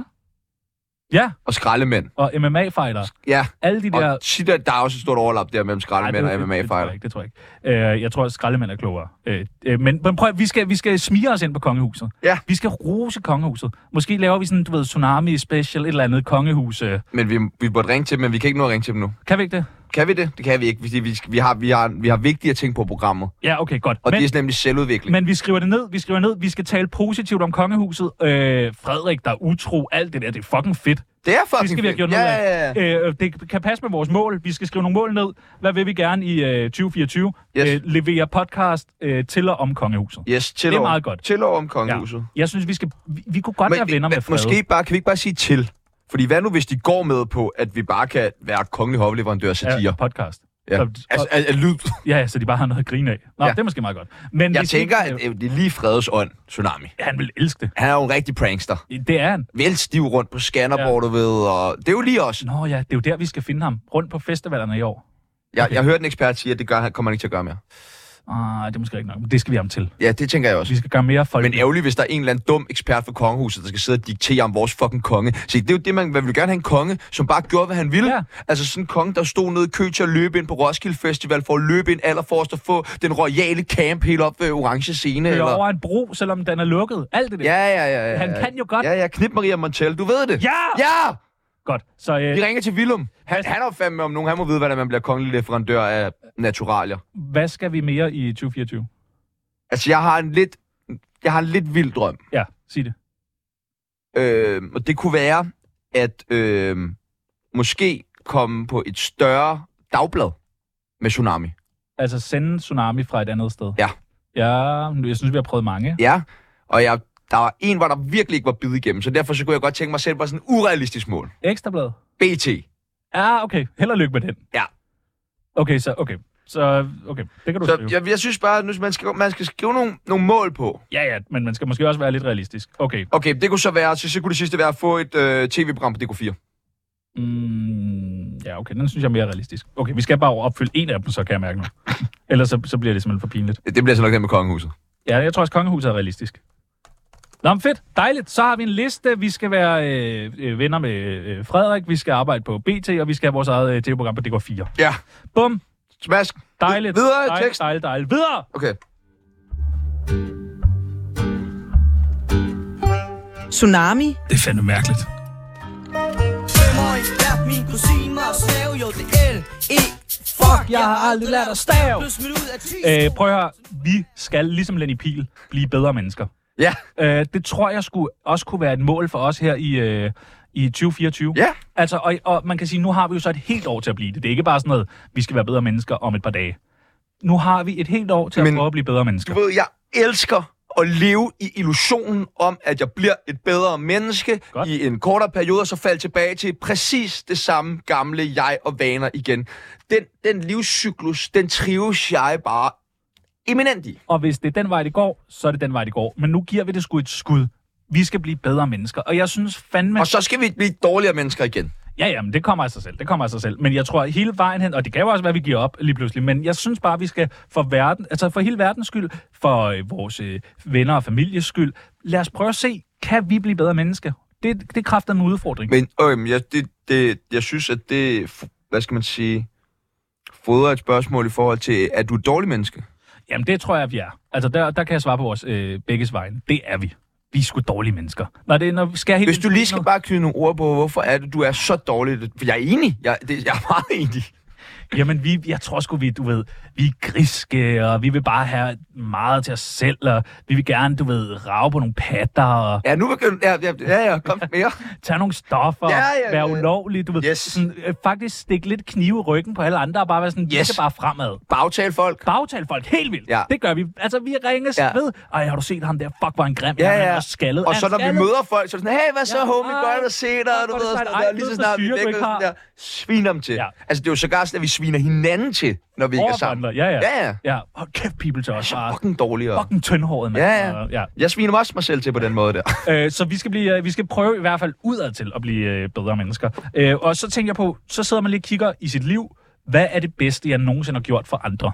Ja, Og skraldemænd. og M M A-fighter. Ja, Alle de der... og tit, der er også et stort overlap der mellem skraldemænd Nej, og det- M M det- Det tror jeg A-fighter. ikke, det tror jeg ikke. Øh, jeg tror, at skraldemænd er klogere. Øh, øh, men, men prøv, at- vi skal, vi skal smire os ind på kongehuset. Ja. Vi skal rose kongehuset. Måske laver vi sådan, du ved, Tsunami Special, et eller andet kongehus. Øh. Men vi, vi burde ringe til dem, men vi kan ikke nå at ringe til dem nu. Kan vi ikke det? Kan vi det? Det kan vi ikke, fordi vi, vi, har, vi, har, vi har vigtige ting på programmet. Ja, okay, godt. Og Men, det er nemlig selvudvikling. men vi skriver det ned, vi skriver ned, vi skal tale positivt om kongehuset. Øh, Frederik, der er utro, alt det der, det er fucking fedt. det er fucking Det skal vi have fedt. gjort ja, noget af. ja, ja. Øh, det kan passe med vores mål. Vi skal skrive nogle mål ned. Hvad vil vi gerne i øh, tyve fireogtyve? Yes. Øh, levere podcast øh, til og om kongehuset. Yes, til Det er over- meget godt. Til over om kongehuset. Ja. Jeg synes, vi skal... Vi, vi kunne godt Men, være venner med men Frederik. måske bare, kan vi ikke bare sige til? Fordi hvad nu, hvis de går med på, at vi bare kan være kongelig hofleverandør og satire? Ja, podcast. Ja. Så, Altså, af, af lyd. ja, ja, så de bare har noget at grine af. Nå, Ja. ja. det er måske meget godt. Men Jeg hvis tænker, vi, at øh, det er lige Fredes ånd, Tsunami. Ja, han vil elske det. Han er jo en rigtig prankster. Det er han. Vel stiv rundt på scannerbordet, ja. ved, og det er jo lige os. Nå ja, det er jo der, vi skal finde ham. Rundt på festivalerne i år. Jeg, Okay. jeg hørte en ekspert sige, at det gør, han- kommer han ikke til at gøre mere. Ah, det er måske ikke nok. Men det skal vi ham til. Ja, det tænker jeg også. Vi skal gøre mere folk. Men ærgerligt, hvis der er en eller anden dum ekspert for kongehuset, der skal sidde og diktere om vores fucking konge. Se, det er jo det, man, man vil gerne have en konge, som bare gjorde, hvad han ville. Ja. Altså sådan en konge, der stod nede i kø til at løbe ind på Roskilde Festival, for at løbe ind allerforrest og få den royale camp helt op ved orange scene. Køre Eller... over en bro, selvom den er lukket. Alt det der. Ja, ja, ja, ja. Han ja. kan jo godt. Ja, ja, knip Maria Montel, du ved det. Ja! Ja! Godt. Så øh, Vi ringer til Willum. Han, han er jo fandme om nogen, han må vide, hvordan man bliver kongelig leverandør af naturalier. hvad skal vi mere i tyve fireogtyve? Altså, jeg har en lidt, jeg har en lidt vild drøm. Ja, sig det. Øh, og det kunne være, at øh, måske komme på et større dagblad med Tsunami. Altså sende Tsunami fra et andet sted. Ja. Ja, jeg synes, vi har prøvet mange. Ja, og jeg, der var en, hvor der virkelig ikke var bid igennem, så derfor så kunne jeg godt tænke mig selv på sådan en urealistisk mål. Ekstrablad. B T. Ja, okay. Held og lykke med den. Ja. Okay, så okay. Så okay, det kan du Så skrive. jeg, jeg synes bare, at man skal, man skal skrive nogle, nogle mål på. Ja, ja, men man skal måske også være lidt realistisk. Okay. Okay, det kunne så være, så, så kunne det sidste være at få et øh, tv-program på D K fire. Mm, Ja, okay, den synes jeg er mere realistisk. Okay, vi skal bare opfylde en af dem, så kan jeg mærke nu. Ellers så, så bliver det simpelthen for pinligt. Det bliver så nok den med kongehuset. Ja, jeg tror også, kongehuset er realistisk. Nå, men fedt. Dejligt. Så har vi en liste. Vi skal være øh, øh, venner med øh, Frederik. Vi skal arbejde på B T, og vi skal have vores eget øh, T V-program på D K fire. Ja. Bum. Smask. Dejligt. Videre i dejligt, tekst. dejligt, dejligt. Videre! Okay. Tsunami. Det er fandme mærkeligt. Min kusine og slave, jo det L E Fuck, jeg har aldrig lært at stave. Øh, prøv at høre. Vi skal, ligesom Lenny Pihl, blive bedre mennesker. Ja. Øh, det tror jeg skulle også kunne være et mål for os her i, øh, i tyve fireogtyve. Ja. Altså, og, og man kan sige, nu har vi jo så et helt år til at blive det. Det er ikke bare sådan noget, vi skal være bedre mennesker om et par dage. Nu har vi et helt år til at Men prøve at blive bedre mennesker. Du ved, jeg elsker at leve i illusionen om, at jeg bliver et bedre menneske Godt. i en kortere periode, og så falde tilbage til præcis det samme gamle jeg og vaner igen. Den, den livscyklus, den trives jeg bare eminent i. Og hvis det er den vej, det går, så er det den vej, det går. Men nu giver vi det sgu et skud. Vi skal blive bedre mennesker. Og jeg synes fandme... Og så skal vi blive dårligere mennesker igen. Ja, ja, men det kommer af sig selv. Det kommer af sig selv. Men jeg tror hele vejen hen, og det kan jo også være, at vi giver op lige pludselig, men jeg synes bare, at vi skal for verden, altså for hele verdens skyld, for øh, vores øh, venner og families skyld, lad os prøve at se, kan vi blive bedre mennesker? Det, det er kraften med udfordring. Men øh, jeg, det, det, jeg synes, at det, hvad skal man sige, fodrer et spørgsmål i forhold til, at du er et dårligt menneske? Jamen, det tror jeg, vi er. Altså, der, der kan jeg svare på vores øh, begges vejen. Det er vi. Vi er sgu dårlige mennesker. Når det, når vi skal helt Hvis du lige skal bare knyde nogle ord på, hvorfor er det, du er så dårlig? For jeg er enig. Jeg, det, jeg er meget enig. Jamen, vi, jeg tror sgu, vi, du ved, vi er griske, og vi vil bare have meget til os selv, og vi vil gerne, du ved, rage på nogle patter, og Ja, nu begynder... Ja, ja, ja, ja, kom mere. tage nogle stoffer, Ja, ja, være ja. ulovlig, du ved. Yes. Sådan, øh, faktisk stikke lidt knive i ryggen på alle andre, og bare være sådan, yes. Vi Yes. skal bare fremad. Bagtale folk. Bagtale folk helt vildt. Ja. Det gør vi. Altså, vi ringes Ja. ja. ved. Ej, har du set ham der? Fuck, var en grim. Ja, Han er ja. også skaldet. Og Er så han når vi skaldet? møder folk, så er det sådan, hey, hvad så, Ja, homie, ej, godt at se dig, hvor du er ved, det sådan sejt. noget, Ej, lige så ved snart vi frisyre, er du væk, ikke har. sådan der, sviner dem til. Ja. Altså, det er jo sågar sådan, at vi sviner hinanden til, når vi ikke er Overfor sammen. andre. Ja, ja. Ja, ja. Ja, hold kæft, people til os. Så Bare fucking dårligere. fucking tyndhåret, mand. Ja, ja. Og, ja. Jeg sviner også mig selv til på den måde der. Øh, så vi skal, blive, øh, vi skal prøve i hvert fald udad til at blive øh, bedre mennesker. Øh, og så tænker jeg på, så sidder man lige og kigger i sit liv. Hvad er det bedste, jeg nogensinde har gjort for andre?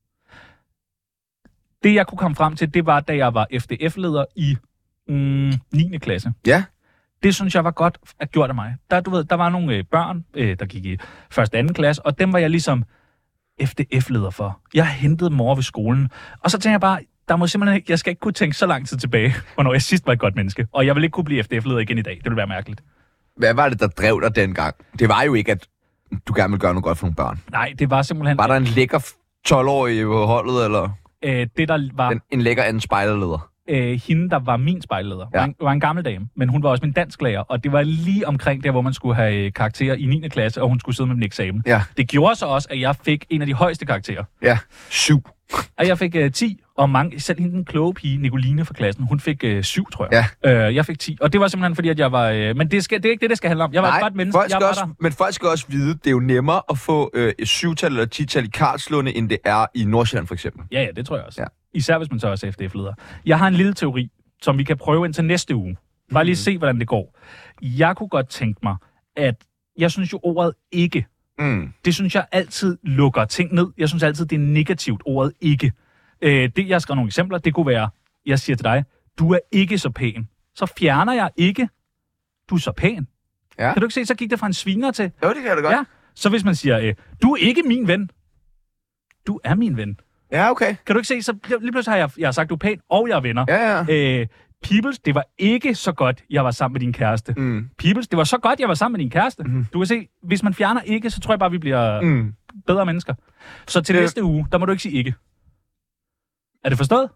Det, jeg kunne komme frem til, det var, da jeg var F D F-leder i mm, niende klasse. Ja. Det synes jeg var godt at gjort af mig. Der, du ved, der var nogle øh, børn, øh, der gik i første og anden klasse, og dem var jeg ligesom F D F-leder for. Jeg hentede mor ved skolen. Og så tænker jeg bare, der må simpelthen ikke, jeg skal ikke kunne tænke så lang tid tilbage, hvornår jeg sidst var et godt menneske. Og jeg vil ikke kunne blive F D F-leder igen i dag. Det ville være mærkeligt. Hvad var det, der drev dig dengang? Det var jo ikke, at du gerne ville gøre noget godt for nogle børn. Nej, det var simpelthen... Var der en lækker tolv-årig på holdet, eller øh, det, der var en, en lækker anden spejderleder? øh, hende, der var min spejlleder, Ja. var, en, var en gammel dame, men hun var også min dansklærer, og det var lige omkring der, hvor man skulle have øh, karakterer i niende klasse, og hun skulle sidde med min eksamen. Ja. Det gjorde så også, at jeg fik en af de højeste karakterer. Ja, syv. Og jeg fik øh, ti, og mange, selv hende den kloge pige, Nicoline fra klassen, hun fik øh, syv, tror jeg. Ja. Øh, jeg fik ti, og det var simpelthen fordi, at jeg var... Øh, men det, skal, det er ikke det, det skal handle om. Jeg var et godt menneske. folk Jeg skal var også, der. men folk skal også vide, det er jo nemmere at få øh, et syvtal eller ti-tal i Karlslunde, end det er i Nordsjælland for eksempel. Ja, ja, det tror jeg også. Ja. Især hvis man så også er F D F-leder. Jeg har en lille teori, som vi kan prøve indtil næste uge. Bare lige se, hvordan det går. Jeg kunne godt tænke mig, at jeg synes jo ordet ikke, Mm. det synes jeg altid lukker ting ned. Jeg synes altid, det er negativt, ordet ikke. Øh, det, jeg har skrevet nogle eksempler, det kunne være, jeg siger til dig, du er ikke så pæn. Så fjerner jeg ikke, du er så pæn. Ja. Kan du ikke se, så gik det fra en sviner til, Jo, det kan jeg da godt. ja. Så hvis man siger, øh, du er ikke min ven, du er min ven. Ja, okay. Kan du ikke se, så lige pludselig har jeg, jeg har sagt, du er pæn, og jeg er venner. Ja, ja. Øh, Peoples, det var ikke så godt, jeg var sammen med din kæreste. Mm. Peoples, det var så godt, jeg var sammen med din kæreste. Mm. Du kan se, hvis man fjerner ikke, så tror jeg bare, vi bliver Mm. bedre mennesker. Så til Det- næste uge, der må du ikke sige ikke. Er det forstået?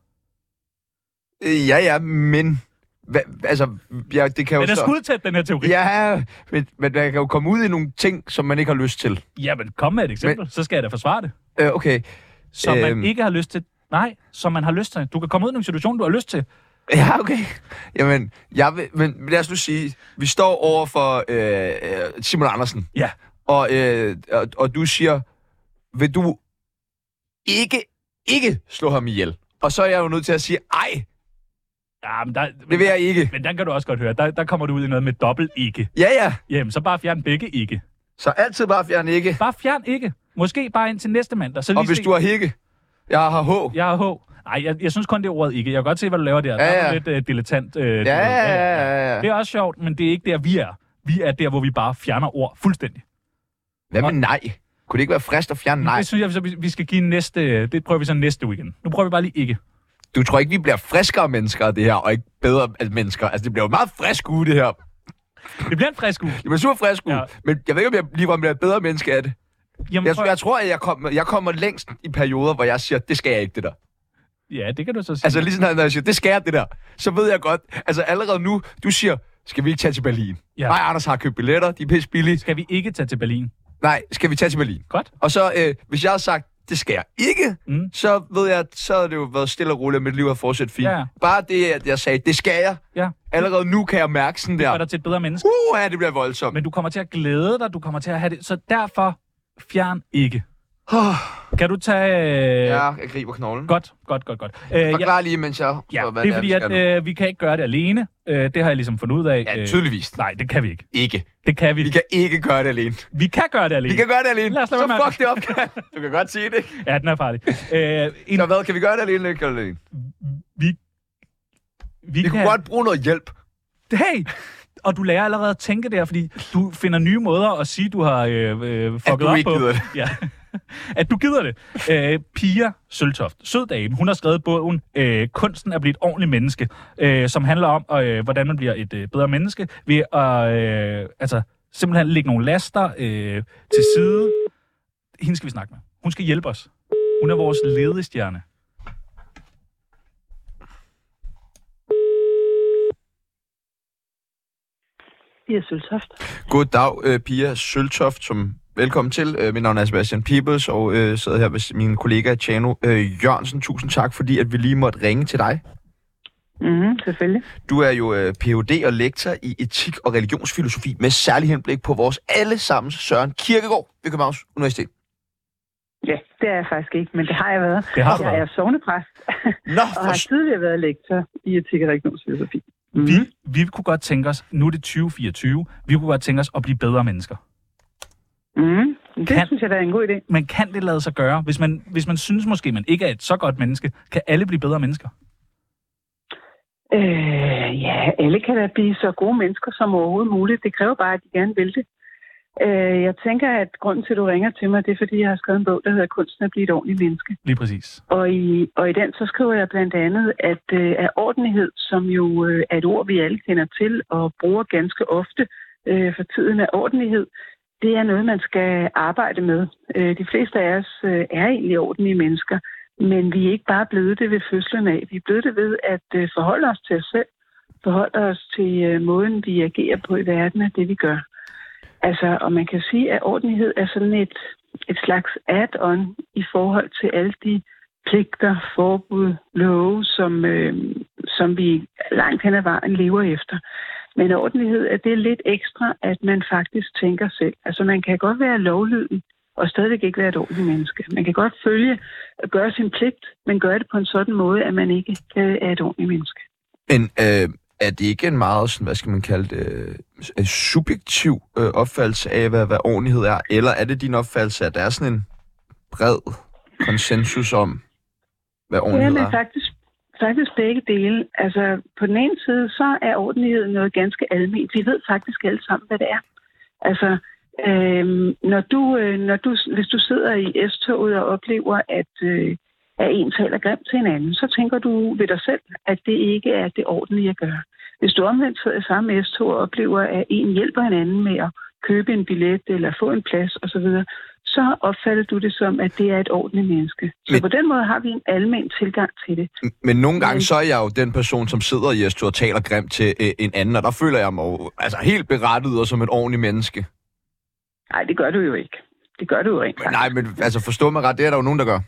Øh, Ja, ja, men... Hva, altså, ja, det kan jo Den er så... skudtæt, den her teori. Ja, men, men der kan jo komme ud i nogle ting, som man ikke har lyst til. Ja, men kom med et eksempel, men, så skal jeg da forsvare det. Øh, okay. Som Øhm. man ikke har lyst til. Nej, som man har lyst til. Du kan komme ud i en situation, du har lyst til. Ja, okay. Jamen, jeg vil, men lad os nu sige, vi står over for øh, øh, Simon Andersen, Ja. og, øh, og, og du siger, vil du ikke, ikke slå ham ihjel? Og så er jeg jo nødt til at sige, ej, Ja, men der, det vil jeg ikke. Men den kan du også godt høre. Der, der kommer du ud i noget med dobbelt ikke. Ja, ja. Jamen, så bare fjern begge ikke. Så altid bare fjern ikke. Bare fjern ikke. Måske bare ind til næste mandag. Så lige Og hvis se- du har hikke, jeg har H. Jeg har H. Nej, jeg, jeg synes kun, det er ordet ikke. Jeg kan godt se, hvad du laver der. Ja, Der er ja. lidt uh, dilettant. Uh, Ja, ja, ja, ja, Det ja. er også sjovt, men det er ikke der, vi er. Vi er der, hvor vi bare fjerner ord fuldstændig. Hvad med nej? Kunne det ikke være frist at fjerne nej? Det synes jeg, så vi, vi skal give næste... Det prøver vi så næste weekend. Nu prøver vi bare lige ikke. Du tror ikke, vi bliver friskere mennesker af det her, og ikke bedre mennesker? Altså, det bliver jo meget frisk uge, det her. Det bliver en frisk uge. Det bliver super frisk uge. Ja. Men jeg ved ikke, om jeg lige bliver et bedre menneske af det. Jamen, Jeg, prøv- jeg tror, at jeg kommer, jeg kommer længst i perioder, hvor jeg siger, det skal jeg ikke, det der. Ja, det kan du så sige. Altså, lige sådan, når jeg siger, det skal jeg, det der. Så ved jeg godt, altså allerede nu, du siger, skal vi ikke tage til Berlin? Ja. Nej, Anders har købt billetter, de er pisse billige. Skal vi ikke tage til Berlin? Nej, skal vi tage til Berlin? Godt. Og så, øh, hvis jeg har sagt, det skal jeg ikke, Mm. så ved jeg, at så har det jo været stille og roligt, og mit liv har fortsat fint. Ja. Bare det, at jeg sagde, det skal jeg. Ja. Allerede nu kan jeg mærke sådan Gør der, dig til et bedre menneske. uh, ja, det bliver voldsomt. Men du kommer til at glæde dig. Du kommer til at have det. Så derfor, fjern ikke. Oh, Kan du tage... Øh... ja, jeg griber knoglen. Godt, godt, godt, godt. Øh, Forklar lige, mens jeg... ja, for, hvad det er fordi, vi at skal nu. øh, vi kan ikke gøre det alene. Øh, det har jeg ligesom fundet ud af. Ja, Øh, tydeligvis. Nej, det kan vi ikke. Ikke. Det kan vi. Vi kan ikke gøre det alene. Vi kan gøre det alene. Vi kan gøre det alene. Lad os lade Så være med- fuck det op, kan. Du kan godt sige det. Ja, den er farlig. Øh, en, Så hvad, kan vi gøre det alene, eller ikke gøre det alene? vi, vi, Vi kan... kunne godt bruge noget hjælp. Hey! Og du lærer allerede at tænke der, fordi du finder nye måder at sige, du har øh, øh, fucket du op ikke på. gider det. Ja. At du gider det. Øh, Pia Søltoft, sød dame, hun har skrevet bogen øh, Kunsten at blive et ordentligt menneske, øh, som handler om, øh, hvordan man bliver et øh, bedre menneske ved at øh, altså, simpelthen lægge nogle laster øh, til side. Hende skal vi snakke med. Hun skal hjælpe os. Hun er vores ledestjerne. Pia Søltoft. Goddag, øh, Pia Søltoft, som velkommen til. Øh, mit navn er Sebastian Peebles, og øh, sidder her med min kollega Tjano øh, Jørgensen. Tusind tak, fordi at vi lige måtte ringe til dig. Mhm, selvfølgelig. Du er jo øh, P H D og lektor i etik og religionsfilosofi med særlig henblik på vores allesammens Søren Kierkegaard ved Københavns Universitet. Ja, det er jeg faktisk ikke, men det har jeg været. Det har du jeg været. er sognepræst Nå, og har for... tidligere været lektor i etik og religionsfilosofi. Mm. Vi, vi kunne godt tænke os, nu er det tyve fireogtyve, vi kunne godt tænke os at blive bedre mennesker. Mm. Det Kan- synes jeg, der er en god idé. Men kan det lade sig gøre? Hvis man, hvis man synes måske, man ikke er et så godt menneske, kan alle blive bedre mennesker? Øh, ja, alle kan da blive så gode mennesker som overhovedet muligt. Det kræver bare, at de gerne vil det. Øh, jeg tænker, at grunden til, at du ringer til mig, det er, fordi jeg har skrevet en bog, der hedder Kunsten at blive et ordentligt menneske. Lige præcis. Og i, og i den så skriver jeg blandt andet, at, øh, at ordentlighed, som jo øh, er et ord, vi alle kender til og bruger ganske ofte øh, for tiden af ordentlighed, det er noget, man skal arbejde med. Øh, de fleste af os øh, er egentlig ordentlige mennesker, men vi er ikke bare blevet det ved fødslen af. Vi er blevet det ved at øh, forholde os til os selv, forholde os til øh, måden, vi agerer på i verden og det, vi gør. Altså, og man kan sige, at ordentlighed er sådan et, et slags add-on i forhold til alle de pligter, forbud, love, som, øh, som vi langt hen ad vejen lever efter. Men ordentlighed er det lidt ekstra, at man faktisk tænker selv. Altså, man kan godt være lovlydig og stadigvæk ikke være et ordentligt menneske. Man kan godt følge og gøre sin pligt, men gøre det på en sådan måde, at man ikke øh, er et ordentligt menneske. Men øh, er det ikke en meget, sådan, hvad skal man kalde det, øh, subjektiv øh, opfattelse af, hvad, hvad ordentlighed er? Eller er det din opfattelse, at der er sådan en bred konsensus om, hvad Ja, ordentlighed men er? faktisk, faktisk begge dele. Altså, på den ene side, så er ordentlighed noget ganske alment. Vi ved faktisk alle sammen, hvad det er. Altså, øhm, når du, øh, når du, hvis du sidder i S-toget og oplever, at, øh, at en taler grimt til en anden, så tænker du ved dig selv, at det ikke er det ordentlige at gøre. Hvis du omvendt sidder i samme S-tog og oplever, at en hjælper en anden med at købe en billet eller få en plads osv., så opfatter du det som, at det er et ordentligt menneske. Så Men- på den måde har vi en almen tilgang til det. Men nogle gange Men- så er jeg jo den person, som sidder i S-tog og taler grimt til øh, en anden, og der føler jeg mig jo, altså helt berettiget og som et ordentligt menneske. Nej, det gør du jo ikke. Det gør du jo rent Men, faktisk. nej, men altså forstå mig ret, det er der jo nogen, der gør.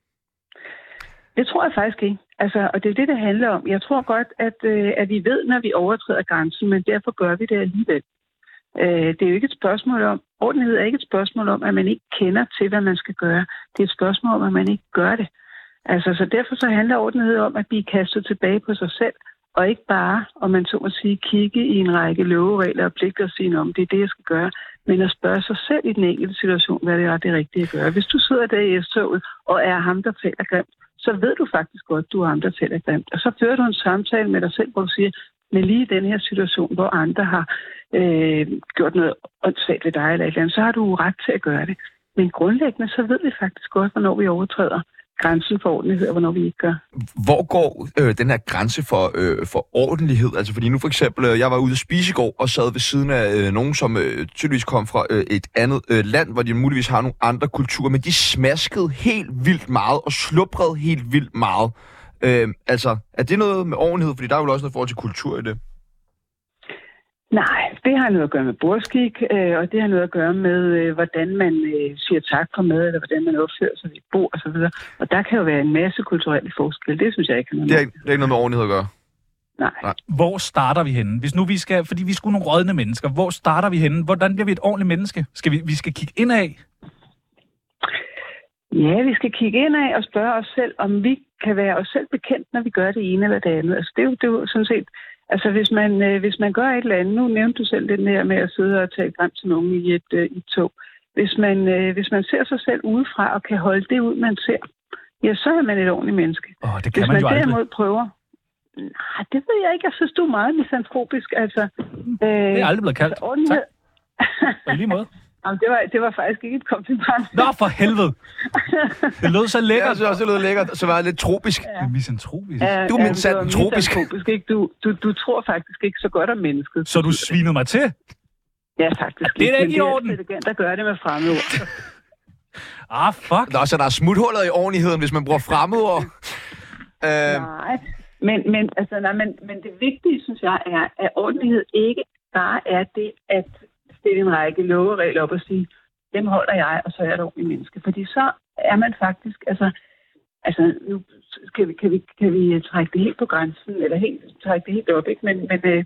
Det tror jeg faktisk ikke. Altså, og det er det, det handler om. Jeg tror godt, at, øh, at vi ved, når vi overtræder grænsen, men derfor gør vi det alligevel. Øh, det er jo ikke et spørgsmål om, ordentlighed er ikke et spørgsmål om, at man ikke kender til, hvad man skal gøre. Det er et spørgsmål om, at man ikke gør det. Altså, så derfor så handler ordentlighed om at blive kastet tilbage på sig selv og ikke bare, om man så må sige, kigge i en række loveregler og pligter og sige, om det er det, jeg skal gøre, men at spørge sig selv i den enkelte situation, hvad det er det rigtige at gøre. Hvis du sidder der i S-toget og er ham, der taler grimt, så ved du faktisk godt, at du er ham, der taler grimt. Og så fører du en samtale med dig selv, hvor du siger, men lige i den her situation, hvor andre har øh, gjort noget åndssvagt ved dig eller et eller andet, så har du ret til at gøre det. Men grundlæggende, så ved vi faktisk godt, hvornår vi overtræder grænsen for ordentlighed, og hvornår vi ikke gør. Hvor går øh, den her grænse for, øh, for ordentlighed? Altså fordi nu for eksempel, øh, jeg var ude at spise i går og sad ved siden af øh, nogen, som øh, tydeligvis kom fra øh, et andet øh, land, hvor de muligvis har nogle andre kulturer, men de smaskede helt vildt meget og slubrede helt vildt meget. Øh, altså, er det noget med ordentlighed? Fordi der er jo også noget forhold til kultur i det. Nej, det har noget at gøre med bordskik, øh, og det har noget at gøre med, øh, hvordan man øh, siger tak for mad, eller hvordan man opfører sig ved et bord osv. Og der kan jo være en masse kulturelle forskelle. Det synes jeg ikke har noget det er, ikke, det er ikke noget med ordentlighed at gøre? Nej. Nej. Hvor starter vi henne? Hvis nu vi skal, fordi vi er sgu nogle rådne mennesker, hvor starter vi henne? Hvordan bliver vi et ordentligt menneske? Skal vi, vi skal kigge indad? Ja, vi skal kigge indad og spørge os selv, om vi kan være os selv bekendt, når vi gør det ene eller det andet. Altså, det er jo, det er jo sådan set... Altså, hvis man, øh, hvis man gør et eller andet, nu nævnte du selv den her med at sidde og tale grimt til nogen i et, øh, i et tog. Hvis man, øh, hvis man ser sig selv udefra og kan holde det ud, man ser, ja, så er man et ordentligt menneske. Åh, det kan hvis man, man jo derimod aldrig. prøver... Nej, det ved jeg ikke. Jeg synes, du er meget misantropisk. Altså, øh, det er aldrig blevet kaldt. Altså, ordentlighed... Tak. I lige måde. Jamen, det, var, det var faktisk ikke et kompliment. Nå, for helvede! Det lød så lækkert. Jeg synes også, det lød lækkert. Så var det lidt tropisk. Ja. Det er misantropisk. Ja, du er ja, misantropisk. Ikke? Du, du, du tror faktisk ikke så godt om mennesket. Så du svinede mig til? Ja, faktisk. Det er da ikke i orden. Det er intelligent at gøre det med fremmedord. Ah, fuck. Nå, så der er smuthuller i ordentligheden, hvis man bruger fremmedord. øh... Nej, men, men, altså, nej, men, men det vigtige, synes jeg, er, at ordentlighed ikke bare er det, at stille en række loveregler op og sige, dem holder jeg, og så er jeg et ordentligt menneske. Fordi så er man faktisk, altså, altså nu kan vi, kan vi, kan vi trække det helt på grænsen, eller helt, trække det helt op, ikke? Men, men uh,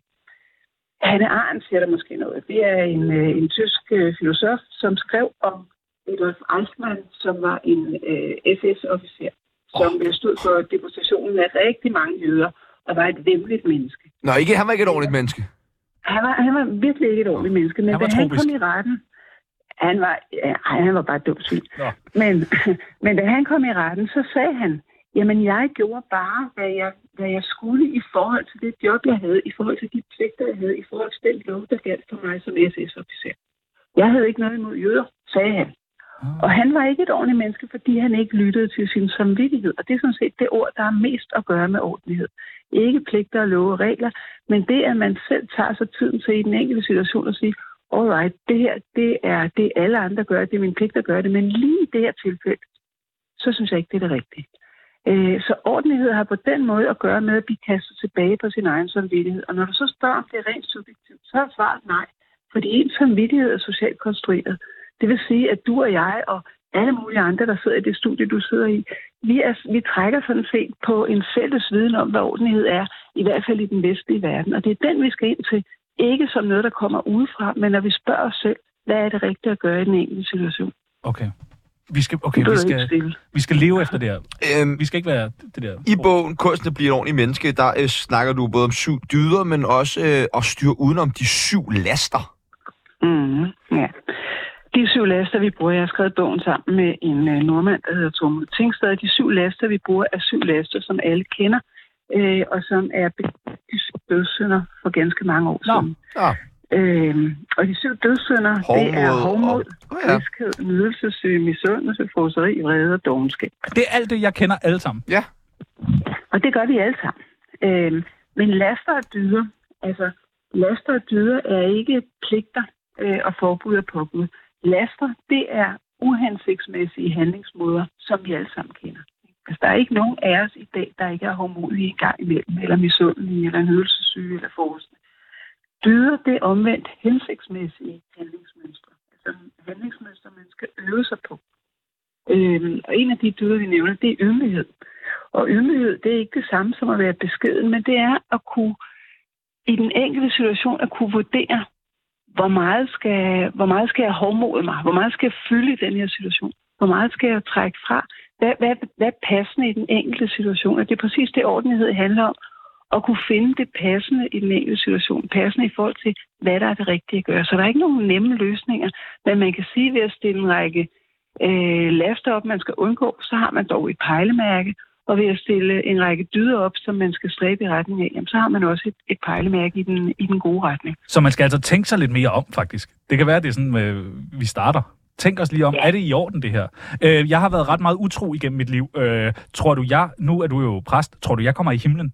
Hannah Arendt siger der måske noget. Det er en, uh, en tysk uh, filosof, som skrev om Adolf Eichmann, som var en uh, S S-officer, som oh. stod for deportationen af rigtig mange jøder, og var et væmmeligt menneske. Nå, ikke, han var ikke et ordentligt menneske. Han var, han var virkelig ikke et ordentligt menneske, men han da han tropisk. kom i retten, han var, ja, han var bare et dumt svin. Men, men da han kom i retten, så sagde han, jamen jeg gjorde bare, hvad jeg, hvad jeg skulle i forhold til det job, jeg havde, i forhold til de pligter, jeg havde, i forhold til den lov, der galt for mig som S S-officer. Jeg havde ikke noget imod jøder, sagde han. Ah. Og han var ikke et ordentligt menneske, fordi han ikke lyttede til sin samvittighed. Og det er sådan set det ord, der er mest at gøre med ordentlighed. Ikke pligter og love og regler, men det, at man selv tager sig tiden til i den enkelte situation og siger, alright, det her, det er det alle andre gør, det er min pligt at gøre det, men lige i det her tilfælde, så synes jeg ikke, det er det rigtige. Øh, så ordentlighed har på den måde at gøre med at blive kastet tilbage på sin egen samvittighed. Og når du så spørger, om det er rent subjektivt, så er svaret nej. Fordi ens samvittighed er socialt konstrueret. Det vil sige, at du og jeg og alle mulige andre, der sidder i det studie, du sidder i, vi, er, vi trækker sådan set på en fælles viden om, hvad ordentlighed er, i hvert fald i den vestlige verden. Og det er den, vi skal ind til. Ikke som noget, der kommer udefra, men når vi spørger os selv, hvad er det rigtige at gøre i den enkelte situation. Okay. Vi skal, okay, vi skal, vi skal leve efter det her. Øhm, vi skal ikke være det der. I bogen Kunsten at blive et ordentligt menneske, der øh, snakker du både om syv dyder, men også øh, at styre udenom de syv laster. Mm, ja. De syv laster, vi bruger, jeg har skrevet bogen sammen med en øh, nordmand, der hedder Tormod Tingstad. De syv laster, vi bruger, er syv laster, som alle kender, øh, og som er de syv dødssynder for ganske mange år siden. Ja. Øhm, og de syv dødssynder, det er hovmod, griskhed, ja. nydelsessyge, misundelse, froseri, vrede og dovenskab. Det er alt det, jeg kender alle sammen. Ja. Og det gør vi alle sammen. Øhm, men laster og dyder, altså laster og dyder er ikke pligter øh, og forbud og påbud. Laster, det er uhensigtsmæssige handlingsmåder, som vi alle sammen kender. Altså, der er ikke nogen af os i dag, der ikke er hårdmodige en gang imellem, eller misundelige, eller nydelsessyge, eller forrestende. Dyder, det er omvendt hensigtsmæssige handlingsmønstre. Altså handlingsmønstre, man skal øve sig på. Øhm, og en af de dyder, vi nævner, det er ydmyghed. Og ydmyghed, det er ikke det samme som at være beskeden, men det er at kunne, i den enkelte situation, at kunne vurdere, hvor meget skal, hvor meget skal jeg hovmode mig? Hvor meget skal jeg fylde i den her situation? Hvor meget skal jeg trække fra? Hvad, hvad, hvad er passende i den enkelte situation? Og det er præcis det, ordentlighed handler om. og kunne finde det passende i den enkelte situation, passende i forhold til, hvad der er det rigtige at gøre. Så der er ikke nogen nemme løsninger, men man kan sige, ved at stille en række øh, laster op, man skal undgå, så har man dog et pejlemærke, og ved at stille en række dyder op, som man skal stræbe i retning af, jamen, så har man også et, et pejlemærke i den, i den gode retning. Så man skal altså tænke sig lidt mere om, faktisk. Det kan være, det er sådan, øh, vi starter. Tænk os lige om, ja. Er det i orden, det her? Øh, jeg har været ret meget utro igennem mit liv. Øh, tror du, jeg, nu er du jo præst, tror du, jeg kommer i himlen?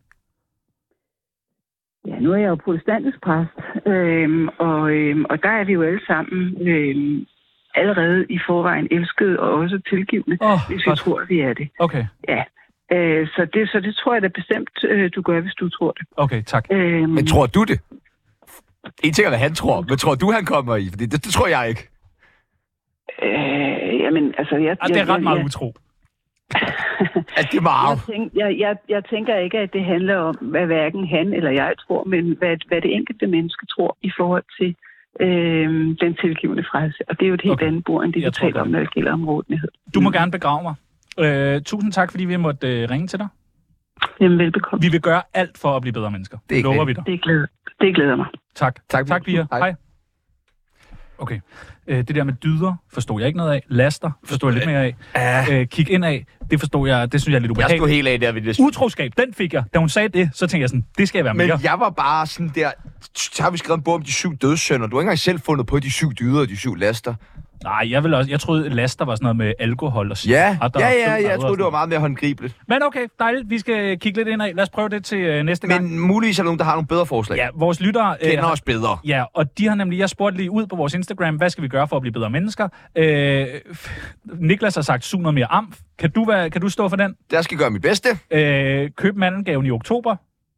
Ja, nu er jeg jo protestantisk præst, øhm, og, øhm, og der er vi jo alle sammen øhm, allerede i forvejen elskede og også tilgivende, oh, hvis vi tror, vi er det. Okay. Ja. Øh, så, det, så det tror jeg da bestemt, øh, du gør, hvis du tror det. Okay, tak. Øhm, men tror du det? En ting er, hvad han tror, men tror du, han kommer i? Fordi det, det tror jeg ikke. Øh, jamen, altså... Jeg, ah, det er ret jeg, meget jeg, utro. At det er meget. Jeg, tænk, jeg, jeg, jeg tænker ikke, at det handler om, hvad hverken han eller jeg tror, men hvad, hvad det enkelte menneske tror i forhold til øh, den tilgivende frelse. Og det er jo et helt okay. andet bord, end det, vi taler om, når det gælder om rådenhed. Du må mm. gerne begrave mig. Øh, tusind tak, fordi vi måtte øh, ringe til dig. Jamen, velbekomme. Vi vil gøre alt for at blive bedre mennesker. Det lover vi dig. Det glæder, det glæder mig. Tak. Tak, tak Pia. Hej. Hej. Okay. Øh, det der med dyder forstod jeg ikke noget af. Laster forstod jeg lidt mere af. Øh, kig ind af, det forstod jeg, det synes jeg er lidt ubehageligt. Jeg stod helt af der ved det. Utroskab, den fik jeg. Da hun sagde det, så tænkte jeg sådan, det skal jeg være mere. Men jeg var bare sådan der, så har vi skrevet en bog om de syv dødssønner. Du har ikke engang selv fundet på de syv dyder og de syv laster. Nej, jeg vil også. Jeg troede, laster var sådan noget med alkohol og ja, ja, ja, ja, jeg troede, det var meget mere håndgribeligt. Men okay, dejligt. Vi skal kigge lidt ind af. Lad os prøve det til uh, næste gang. Men muligvis er der nogen, der har nogle bedre forslag. Ja, vores lyttere kender uh, os bedre. Ja, og de har nemlig, jeg spurgte lige ud på vores Instagram, hvad skal vi gøre for at blive bedre mennesker? Uh, Niklas har sagt, sug noget mere amf. Kan du, være, kan du stå for den? Jeg skal gøre mit bedste. Uh, køb mandelgaven i oktober.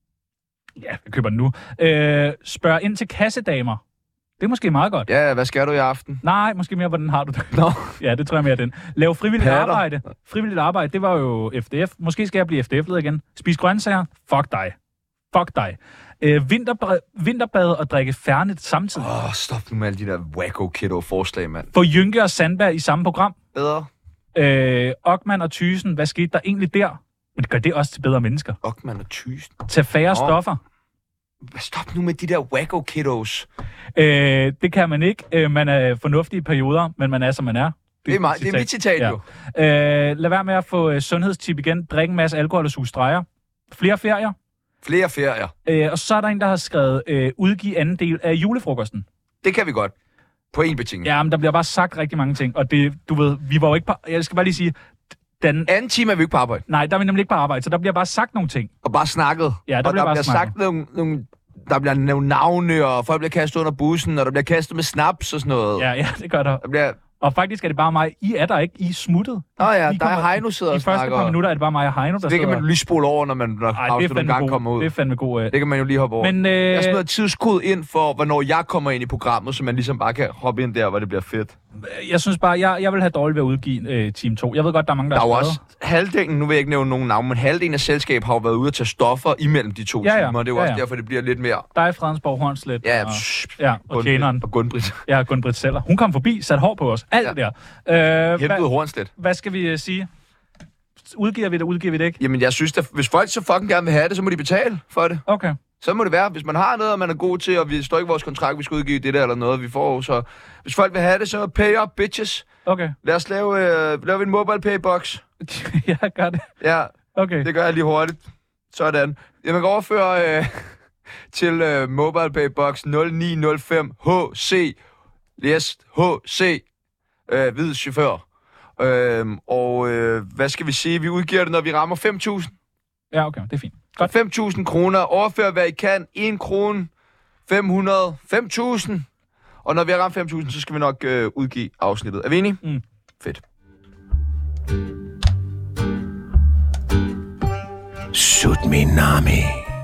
Ja, jeg køber den nu. Uh, spørg ind til kassedamer. Det er måske meget godt. Ja, hvad skal du i aften? Nej, måske mere, hvordan har du det? Nå. Ja, det tror jeg mere den. Lav frivilligt Patter. arbejde. Frivilligt arbejde, det var jo F D F. Måske skal jeg blive F D F-leder igen. Spis grøntsager. Fuck dig. Fuck dig. Øh, vinterbad, vinterbad og drikke Fernet samtidig. Åh, oh, stop nu med alle de der wacko kiddo forslag, mand. Få Jynke og Sandberg i samme program. Bedre. Øh, Ockmann og Thyssen, hvad skete der egentlig der? Men det gør det også til bedre mennesker. Ockmann og Thyssen. Tag færre oh. stoffer. Stop nu med de der wacko kiddos. Øh, det kan man ikke. Øh, man er fornuftig i perioder, men man er, som man er. Det, det, er, meget, det er mit citat, ja. jo. Øh, lad være med at få uh, sundhedstip igen. Drik en masse alkohol og suge streger. Flere ferier. Flere ferier. Øh, og så er der en, der har skrevet, øh, udgive anden del af julefrokosten. Det kan vi godt. På en betingelse. Ja, men der bliver bare sagt rigtig mange ting. Og det, du ved, vi var jo ikke på... Jeg skal bare lige sige... Den anden time er vi ikke på arbejde. Nej, der er vi nemlig ikke på arbejde, så der bliver bare sagt nogle ting. Og bare snakket. Ja, der og bliver der bare bliver snakket. sagt nogle... nogle Der bliver nogle navne, og folk bliver kastet under bussen, og der bliver kastet med snaps og sådan noget. Ja, ja, det gør der. der bliver... Og faktisk er det bare mig. I er der ikke. I er smuttet. Nå ja, I der er Heino sidder og snakker. I første par minutter er det bare mig og Heino, der det kan man lige spole over, når man når afslutter gang kommer ud. Det er fandme god. Uh... Det kan man jo lige hoppe over. Men, øh... jeg smider et tidskode ind for, hvornår jeg kommer ind i programmet, så man ligesom bare kan hoppe ind der, hvor det bliver fedt. Jeg synes bare, jeg, jeg vil have dårligt ved at udgive øh, Team to. Jeg ved godt, der er mange, der, der er jo også halvdelen, nu vil jeg ikke nævne nogen navn, men halvdelen af selskab har jo været ude at tage stoffer imellem de to ja, ja. timer. Det er jo ja, også ja. derfor, det bliver lidt mere... Der er Fredensborg Hornslet. Ja, og, ja, og tjeneren. Og Gunbrit. Ja, Gunbrit Seller. Hun kom forbi, satte hår på os. Alt ja. det der. Øh, Hentet Hornslet. Hvad skal vi uh, sige? Udgiver vi det, udgiver vi det ikke? Jamen, jeg synes, at hvis folk så fucking gerne vil have det, så må de betale for det. Okay. Så må det være. Hvis man har noget, og man er god til, og vi står ikke i vores kontrakt, vi skal udgive det der eller noget, vi får. Så hvis folk vil have det, så pay up, bitches. Okay. Lad os lave, øh, lave en mobile pay box. Ja, gør det. Ja, okay. Det gør jeg lige hurtigt. Sådan. Jeg kan overføre øh, til øh, mobile pay box nul ni nul fem H C. Yes, H C. Øh, hvid chauffør. Øh, og øh, hvad skal vi sige? Vi udgiver det, når vi rammer fem tusind. Ja, okay. Det er fint. Godt. fem tusind kroner. Overfør, hvad I kan. en krone. fem hundrede. fem tusind. Og når vi har ramt fem tusind, så skal vi nok øh, udgive afsnittet. Er vi enige? Mm. Fedt. Sut min nami.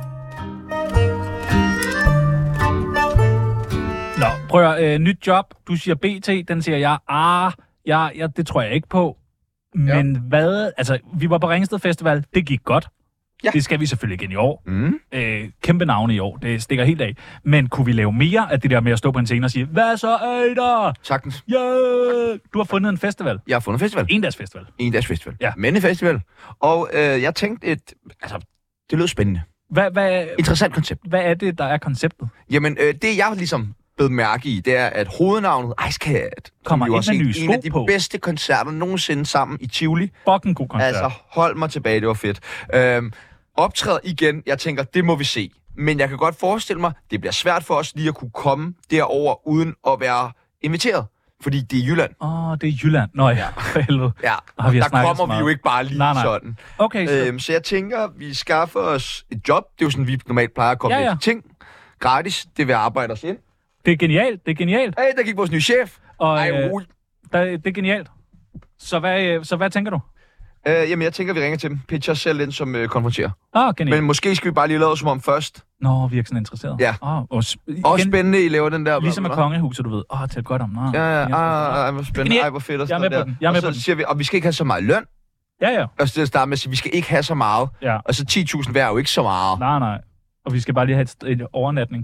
Nå, prøv at øh, nyt job. Du siger B T, den siger jeg. Ah, ja, ja, det tror jeg ikke på. Men ja. hvad? Altså, vi var på Ringsted Festival. Det gik godt. Ja. Det skal vi selvfølgelig igen i år. Mm. Øh, kæmpe navne i år. Det stikker helt af. Men kunne vi lave mere af det der med at stå på en scene og sige, hvad så, Ada? Sagtens. Ja! Yeah! Du har fundet en festival. Jeg har fundet en festival. En dags festival. En dags festival. Ja. Men en festival. Og øh, jeg tænkte, et, altså, det lød spændende. Hvad, hvad, Interessant koncept. hvad er det, der er konceptet? Jamen, øh, det jeg ligesom blevet mærke i, det er, at hovednavnet Ice Cat Kommer jo ind med nye en sko af de på. bedste koncerter nogensinde sammen i Tivoli. Fucking god koncert. Altså, hold mig tilbage, det var fedt. Øhm, optræder igen, jeg tænker, det må vi se. Men jeg kan godt forestille mig, det bliver svært for os lige at kunne komme derover uden at være inviteret. Fordi det er Jylland. Åh, oh, det er Jylland. Nå ja, for helvede. Ja, Ah, vi har der snakket så kommer vi meget. jo ikke bare lige Nej, nej. sådan. Okay, så... Øhm, så jeg tænker, vi skaffer os et job. Det er jo sådan, vi normalt plejer at komme Ja, ja, ja. ja. til ting. Gratis, det vil arbejde os ind. Det er genialt, det er genialt. Hey, der gik vores nye chef. Og, Ej, øh, rolig. der, det er genialt. Så hvad, øh, så hvad tænker du? Øh, jamen, jeg tænker, vi ringer til dem. Pitcher os selv ind som øh, konfronterer. Ah, genialt. Men måske skal vi bare lige lade os som om først. Nå, vi er ikke sådan interesseret. Ja. Ah, og sp- igen, Også spændende, I laver den der. Ligesom med hva? kongehuset, du ved. Åh, oh, tæt godt om. Nå, Ja, ja, igen. ah, ej, hvor spændende. Genialt. Ej, hvor fedt. Og Jeg er sådan med noget på der. den. Jeg er og med så på den. siger vi, og vi skal ikke have så meget løn. Ja, ja. Og så til at starte med at sige, vi skal ikke have så meget. Ja. Og så ti tusind hver er jo ikke så meget. Nej, nej. Og vi skal bare lige have et, et overnatning.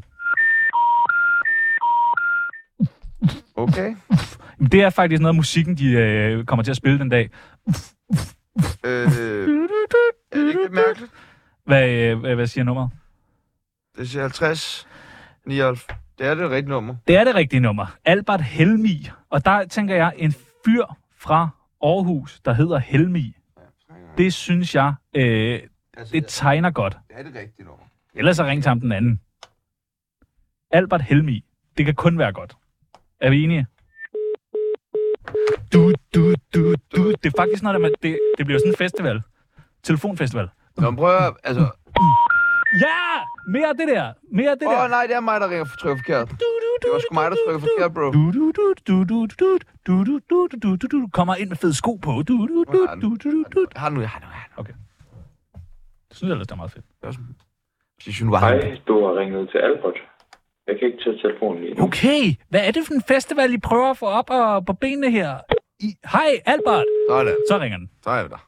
Okay. Men det er faktisk noget af musikken, de øh, kommer til at spille den dag. øh, er det ikke lidt mærkeligt? Hvad, øh, hvad, hvad siger nummeret? Det siger halvtreds, nioghalvfems. Det er det rigtige nummer. Det er det rigtige nummer. Albert Helmi. Og der tænker jeg, en fyr fra Aarhus, der hedder Helmi. Det synes jeg, øh, det tegner godt. Det er det rigtige nummer. Ellers så ring til ham den anden. Albert Helmi. Det kan kun være godt. Er vi enige? Du, du, du, du. Det er faktisk noget, der man, det, det bliver sådan en festival. Telefonfestival. Nå, prøv at, altså... Ja! Mere af det der. Mere af det Åh, der. oh, nej, det er mig, der ringer for trykker forkert. Det var sgu mig, der trykker forkert, bro. Du, du, du, du, du, du, du, du, du, du, du, du, kommer ind med fede sko på. Du, du, du, du, du, du, du. Har nu, jeg har nu, jeg har nu. Okay. Det synes jeg ellers, det er meget fedt. Hvis du var ham. Hej, du har ringet til Albert. Jeg kan ikke tage telefonen lige nu. Okay, hvad er det for en festival, I prøver at få op og på benene her? I... Hej, Albert! Sådan. Så ringer den. Så er jeg der.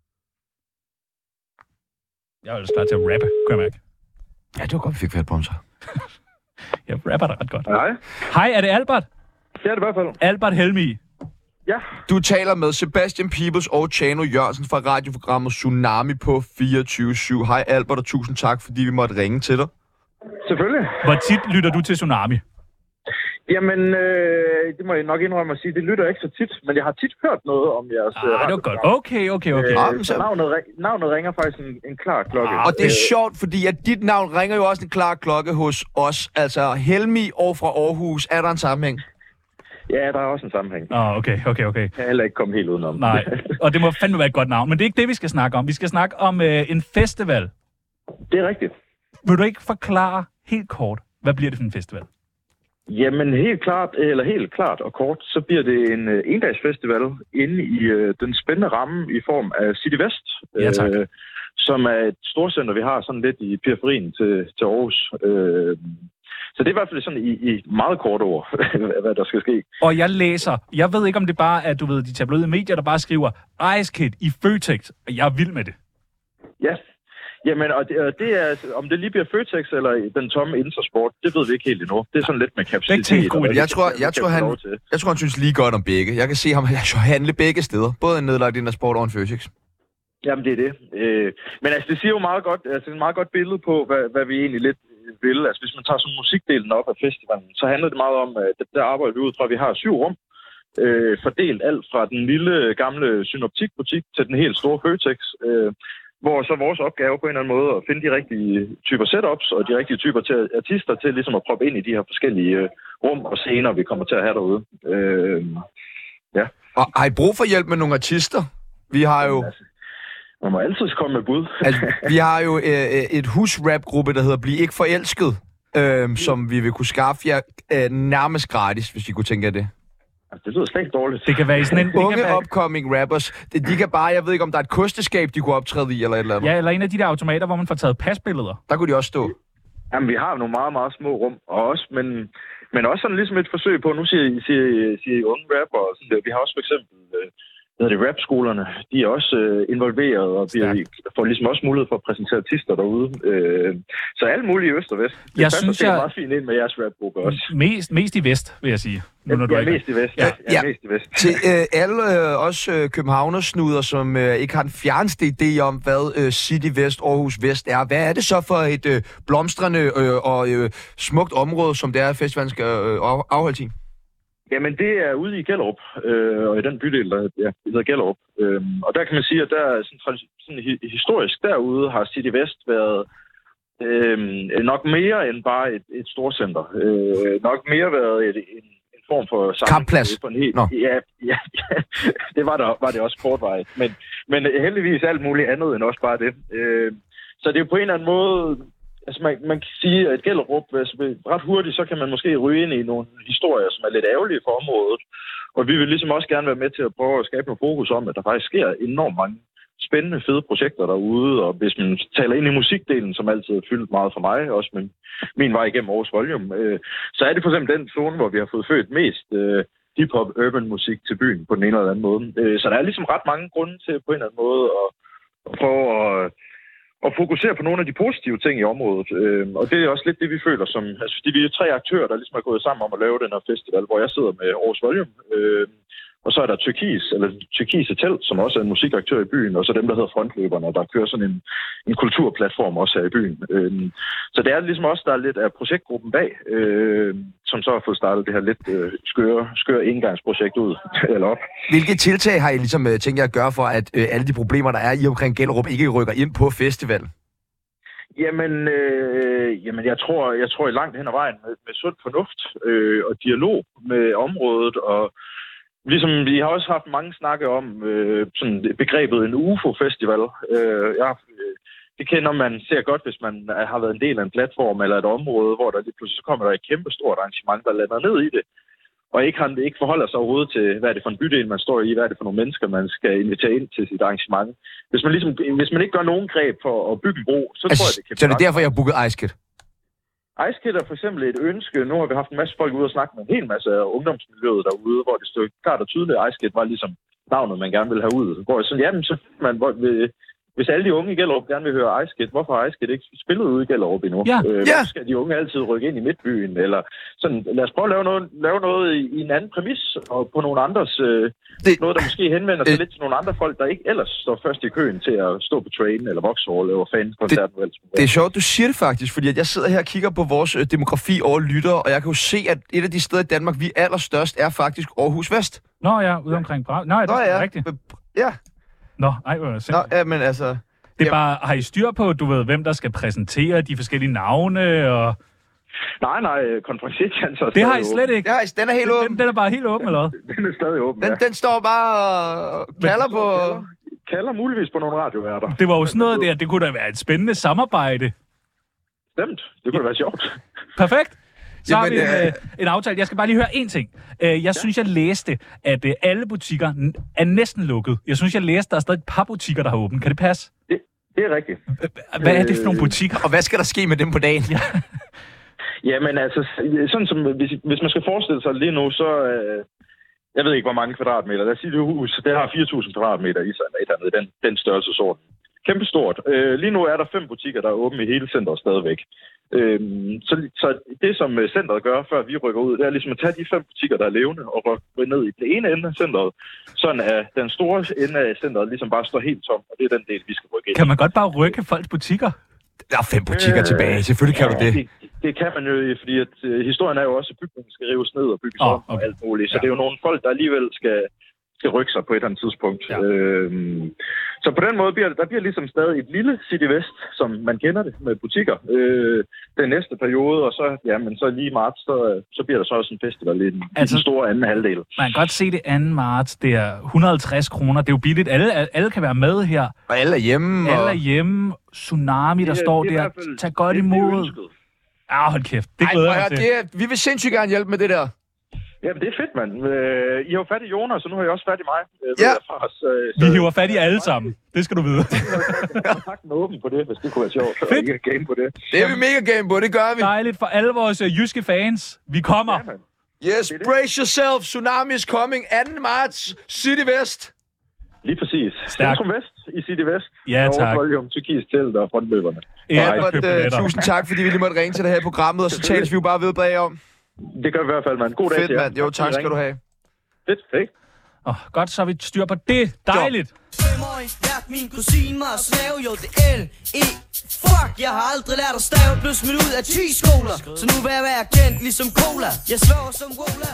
Jeg er ellers klar til at rappe, kan jeg mærke. Ja, det var godt, vi fik fat på ham så. Jeg rapper da ret godt. Hej. Hej, er det Albert? Det er det i hvert fald. Albert Helmi. Ja. Du taler med Sebastian Peebles og Chano Jørgensen fra radioprogrammet Tsunami på fireogtyve syv. Hej Albert, og tusind tak, fordi vi måtte ringe til dig. Selvfølgelig. Hvor tit lytter du til Tsunami? Jamen, øh, det må jeg nok indrømme at sige. Det lytter ikke så tit, men jeg har tit hørt noget om jeres... Ah, det var godt. Okay, okay, okay. Øh, så navnet, navnet ringer faktisk en, en klar klokke. Og det er sjovt, fordi at dit navn ringer jo også en klar klokke hos os. Altså Helmi og fra Aarhus. Er der en sammenhæng? Ja, der er også en sammenhæng. Åh, oh, okay, okay, okay. Jeg kan heller ikke komme helt udenom. Nej, og det må fandme være et godt navn. Men det er ikke det, vi skal snakke om. Vi skal snakke om øh, en festival. Det er rigtigt. Vil du ikke forklare helt kort, hvad bliver det for en festival? Jamen helt klart, eller helt klart og kort, så bliver det en uh, endagsfestival inde i uh, den spændende ramme i form af City Vest, ja, tak. øh, som er et storcenter, vi har sådan lidt i periferien til, til Aarhus. Øh, så det er i hvert fald sådan i, i meget korte ord, hvad der skal ske. Og jeg læser, jeg ved ikke om det bare er, du ved, de tabloide medier, der bare skriver Ice Kid i Føtex, og jeg er vild med det. Ja, jamen, og det, og det er, om det lige bliver Føtex eller den tomme Intersport, det ved vi ikke helt endnu. Det er sådan lidt med kapacitet. Jeg tror, jeg, tror, han, jeg tror, han synes lige godt om begge. Jeg kan se ham handle begge steder. Både en nedlagt Intersport og en Føtex. Jamen, det er det. Øh, men altså, det siger jo meget godt, altså, et meget godt billede på, hvad, hvad vi egentlig lidt vil. Altså, hvis man tager sådan musikdelen op af festivalen, så handler det meget om, at der arbejder vi ud fra, at vi har syv rum, øh, fordelt alt fra den lille, gamle synoptikbutik til den helt store Føtex, øh, hvor så vores opgave på en eller anden måde at finde de rigtige typer setups og de rigtige typer til artister til ligesom at proppe ind i de her forskellige øh, rum og scener, vi kommer til at have derude. Øh, ja. Og har I brug for hjælp med nogle artister? Vi har jo... Altså, man må altid komme med bud. Altså, vi har jo øh, et husrap-gruppe, der hedder Bliv ikke forelsket, øh, som vi vil kunne skaffe jer øh, nærmest gratis, hvis I kunne tænke jer det. Altså, det lyder slet ikke dårligt. Det kan være i sådan en... Unge være... upcoming rappers. De, de kan bare, jeg ved ikke, om der er et kosteskab, de kunne optræde i, eller et eller andet. Ja, eller en af de der automater, hvor man får taget pasbilleder. Der kunne de også stå. Jamen, vi har nogle meget, meget små rum, og også, men, men også sådan ligesom et forsøg på, nu siger I, siger, siger I unge rapper, og sådan der. Vi har også for eksempel øh, hvad det, rap-skolerne, de er også øh, involveret, og bliver, får ligesom også mulighed for at præsentere artister derude. Øh, så alt muligt i øst og vest. Det jeg synes, jeg... meget fint ind med jeres rap-gruppe også. Mest, mest i vest, vil jeg sige. Nu, når ja, du ja, ikke... mest i vest. Ja, ja, ja. Mest i vest. Til øh, alle øh, os øh, københavnersnuder, som øh, ikke har den fjerneste idé om, hvad øh, City Vest, Aarhus Vest er. Hvad er det så for et øh, blomstrende øh, og øh, smukt område, som det er, at festivalen skal øh, afholde i? Jamen, det er ude i Gellerup, øh, og i den bydel, der ja, hedder Gellerup. Øh, og der kan man sige, at der er sådan, sådan historisk derude har City Vest været øh, nok mere end bare et, et storcenter. Øh, nok mere været et, en, en form for kampplads. For en helt, ja, ja, ja, det var, der, var det også kortvarigt. Men, men heldigvis alt muligt andet end også bare det. Øh, så det er på en eller anden måde... Altså, man, man kan sige, at Gellerup, altså, ret hurtigt, så kan man måske ryge ind i nogle historier, som er lidt ærgerlige for området. Og vi vil ligesom også gerne være med til at prøve at skabe noget fokus om, at der faktisk sker enormt mange spændende, fede projekter derude. Og hvis man taler ind i musikdelen, som altid er fyldt meget for mig, også med min vej igennem Aarhus Volume, øh, så er det for eksempel den zone, hvor vi har fået født mest øh, hip-hop, urban musik til byen på den ene eller anden måde. Øh, så der er ligesom ret mange grunde til på en eller anden måde at, at prøve at... og fokusere på nogle af de positive ting i området. Øh, og det er også lidt det, vi føler som... Altså, fordi vi er tre aktører, der ligesom er gået sammen om at lave den her festival, hvor jeg sidder med Aarhus Volume, øh, og så er der Tyrkis, eller Tyrkise Telt, som også er en musikaktør i byen, og så dem, der hedder Frontløberne, der kører sådan en, en kulturplatform også her i byen. Øh, så det er ligesom også, der er lidt af projektgruppen bag, øh, som så har fået startet det her lidt øh, skøre, skøre indgangsprojekt ud, eller op. Hvilke tiltag har I ligesom øh, tænkt jer at gøre for, at øh, alle de problemer, der er i omkring Gellerup, ikke rykker ind på festivalen? Jamen, øh, jamen jeg tror, jeg tror i langt hen ad vejen med, med sund fornuft øh, og dialog med området, og ligesom vi har også haft mange snakke om øh, sådan begrebet en U F O-festival. Øh, ja, det kender man ser godt, hvis man har været en del af en platform eller et område, hvor der lige pludselig kommer der et kæmpestort arrangement, der lander ned i det. Og ikke, han, ikke forholder sig overhovedet til, hvad er det for en bydel, man står i, hvad er det for nogle mennesker, man skal invitere ind til sit arrangement. Hvis man, ligesom, hvis man ikke gør nogen greb for at bygge en bro, så altså, tror jeg, det kan... Så det er derfor, jeg har booket Icekid? Icekid er for eksempel et ønske. Nu har vi haft en masse folk ude og snakke med en hel masse af ungdomsmiljøet derude, hvor det stod klart og tydeligt, at Icekid var ligesom navnet, man gerne ville have ud. Hvor sådan, jamen, så man... Hvor, hvis alle de unge i Gellerup gerne vil høre Icekid, hvorfor har Icekid ikke spillet ude i Gellerup endnu? Ja. Øh, ja. Skal de unge altid rykke ind i midtbyen? Eller sådan, lad os prøve at lave noget, lave noget i, i en anden præmis, og på nogle andres... Øh, det, noget, der måske henvender sig øh, lidt til nogle andre folk, der ikke ellers står først i køen til at stå på train eller Vauxhall eller fankoncerten. Det, det er sjovt, du siger det faktisk, fordi at jeg sidder her og kigger på vores øh, demografi over lyttere, og jeg kan jo se, at et af de steder i Danmark, vi er allerstørst, er faktisk Aarhus Vest. Nå ja, ude omkring Brav. Nå ja, det er ja. rigtigt. Ja. Nå, ej, hvor er det Nå, ja, men altså... Det er bare, har I styr på, du ved, hvem der skal præsentere de forskellige navne, og... Nej, nej, konferencierer så... Det har I slet ikke? Ja, den er helt åben. Den, den er bare helt åben, eller hvad? Den er stadig åben, den, ja. Den står bare og kalder på... Kalder, kalder muligvis på nogle radioværter. Det var jo sådan noget der, det kunne da være et spændende samarbejde. Stemt, det kunne da være sjovt. Perfekt. Så Jamen, har vi en, øh... øh, en aftale. Jeg skal bare lige høre én ting. Jeg ja. synes, jeg læste, at øh, alle butikker er næsten lukket. Jeg synes, jeg læste, at der er stadig et par butikker, der har åbent. Kan det passe? Det, det er rigtigt. Hvad er det for nogle butikker? Og hvad skal der ske med dem på dagen? Ja. Jamen altså, sådan som, hvis, hvis man skal forestille sig lige nu, så... Øh, jeg ved ikke, hvor mange kvadratmeter. Lad os sige, det hus, det har fire tusind kvadratmeter i sig, eller den, den størrelsesorden. Kæmpestort. Øh, lige nu er der fem butikker, der er åbne i hele centret stadigvæk. Øh, så, så det, som centret gør, før vi rykker ud, det er ligesom at tage de fem butikker, der er levende, og rykke ned i den ene ende af centret. Sådan at den store ende af centret ligesom bare står helt tom, og det er den del, vi skal rykke ind. Kan man godt bare rykke folks butikker? Der er fem butikker øh, tilbage. Selvfølgelig kan ja, du det. det. Det kan man jo, fordi at, uh, historien er jo også, at bygningen skal rives ned og bygges oh, op okay. og alt muligt. Så ja. Det er jo nogle folk, der alligevel skal, skal rykke sig på et eller andet tidspunkt. Ja. Øhm, så på den måde bliver der bliver ligesom stadig et lille City Vest, som man kender det, med butikker. Øh, den næste periode, og så, ja, men så lige i marts, så, så bliver der så også en festival i den, altså, i den store anden halvdel. Man kan godt se det anden marts. Det er et hundrede og halvtreds kroner. Det er jo billigt. Alle, alle kan være med her. Og alle er hjemme. Alle og... er hjemme. Tsunami, der det, står det der. Fald, Tag godt det, imod. Det ah, hold kæft. Det glæder jeg mig til. Det er, vi vil sindssygt gerne hjælpe med det der. Jamen, det er fedt, mand. Øh, I har jo fat i Jonas, så nu har I også fat i mig. Øh, ja. Fra, så, vi hiver fat i alle sammen. Det skal du vide. Kontakten er åben på det, hvis det kunne være sjovt. Fedt. Mega game på det. Det er vi mega game på, det gør vi. Dejligt for alle vores uh, jyske fans. Vi kommer. Ja, yes, brace yourself. Tsunami is coming. anden marts. City Vest. Lige præcis. Stærk. Centrum Vest i City Vest. Ja, tak. Volume, Tyrkisk Telt og frontløberne. Ja, godt, uh, tusind tak, fordi vi lige måtte ringe til det her i programmet, og så tales vi jo bare ved bagom. Det gør vi i hvert fald, mand. God dag Fedt, til jer. mand. Jo, tak skal du have. Fedt, fedt. Oh, godt, så har vi styr på det. Dejligt. Femårig, lærte min kusine mig at snave, jo det L E Fuck, jeg har aldrig lært at stave, blev smidt ud af ti skoler. Så nu vil jeg være kendt ligesom cola. Jeg svær som cola.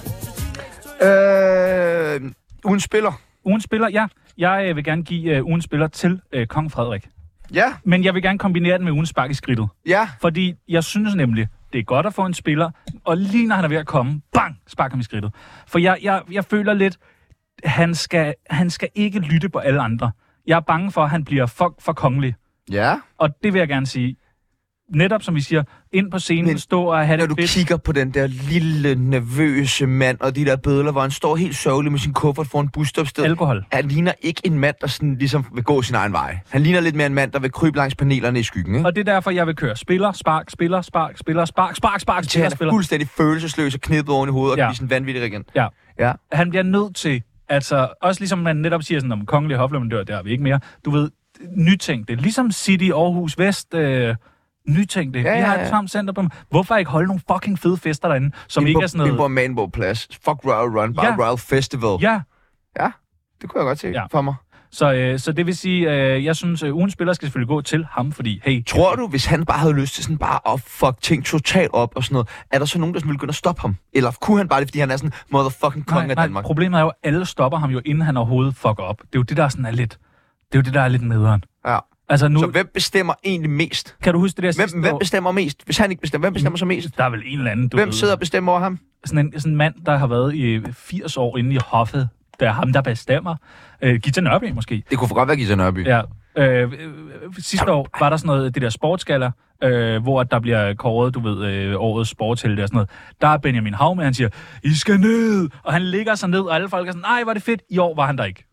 Øh, ugen spiller. Ugen spiller, ja. Jeg øh, vil gerne give øh, ugen spiller til øh, Kong Frederik. Ja. Men jeg vil gerne kombinere den med ugens spark i skridtet. Ja. Fordi jeg synes nemlig, det er godt at få en spiller, og lige når han er ved at komme, bang, spark ham i skridtet. For jeg, jeg, jeg føler lidt, han skal, han skal ikke lytte på alle andre. Jeg er bange for, at han bliver for, for kongelig. Ja. Og det vil jeg gerne sige. Netop som vi siger, ind på scenen, Men stå og have når det du fedt. kigger på den der lille, nervøse mand, og de der bødler, hvor han står helt sørgelig med sin kuffert foran busstopstedet. Alkohol. Han ligner ikke en mand, der sådan ligesom vil gå sin egen vej. Han ligner lidt mere en mand, der vil krybe langs panelerne i skyggen, ikke? Og det er derfor, jeg vil køre spiller, spark, spiller, spark, spiller, spark, spark, spark, Til spiller, han er spiller. fuldstændig følelsesløs og knippet oven i hovedet, Ja. og bliver sådan vanvittig igen. Ja. Ja. Han bliver nødt til, altså også ligesom man netop siger sådan om kongelig hofleverandør, der har vi ikke mere. Du ved, nytænk det. Ligesom City, Aarhus Vest, øh, nytænk det. Ja, Vi ja, har ja. et samt center på. Hvorfor ikke holde nogle fucking fede fester derinde, som Inde ikke på, er sådan noget... inde på Manbo Plads. Fuck Royal Run, bare Ja. Royal Festival. Ja, Ja, det kunne jeg godt se Ja. for mig. så, øh, så det vil sige, øh, jeg synes, øh, ugens spiller skal selvfølgelig gå til ham, fordi, hey... Tror du, hvis han bare havde lyst til sådan bare at fuck ting totalt op og sådan noget, er der så nogen, der ville begynde at stoppe ham? Eller kunne han bare det, fordi han er sådan motherfucking konge af nej, Danmark? problemet er jo, at alle stopper ham jo, inden han overhovedet fucker op. Det er jo det, der er sådan er lidt... Det er jo det, der er lidt nederen. Ja. Altså nu... Så hvem bestemmer egentlig mest? Kan du huske det der Hvem, sidste hvem år? bestemmer mest? Hvis han ikke bestemmer, hvem bestemmer så mest? Der er vel en eller anden, du Hvem ved. sidder og bestemmer over ham? Sådan en, sådan en mand, der har været i firs år inde i hoffet. Det er ham, der bestemmer. Øh, Gita Nørby måske. Det kunne for godt være Gita Nørby. Ja. Øh, øh, sidste år var der sådan noget, det der sportsgala, øh, hvor der bliver kåret, du ved, øh, årets sportshelte og sådan noget. Der er Benjamin Haume, han siger, I skal ned! Og han ligger sig ned, og alle folk er sådan, nej, var det fedt. I år var han der ikke.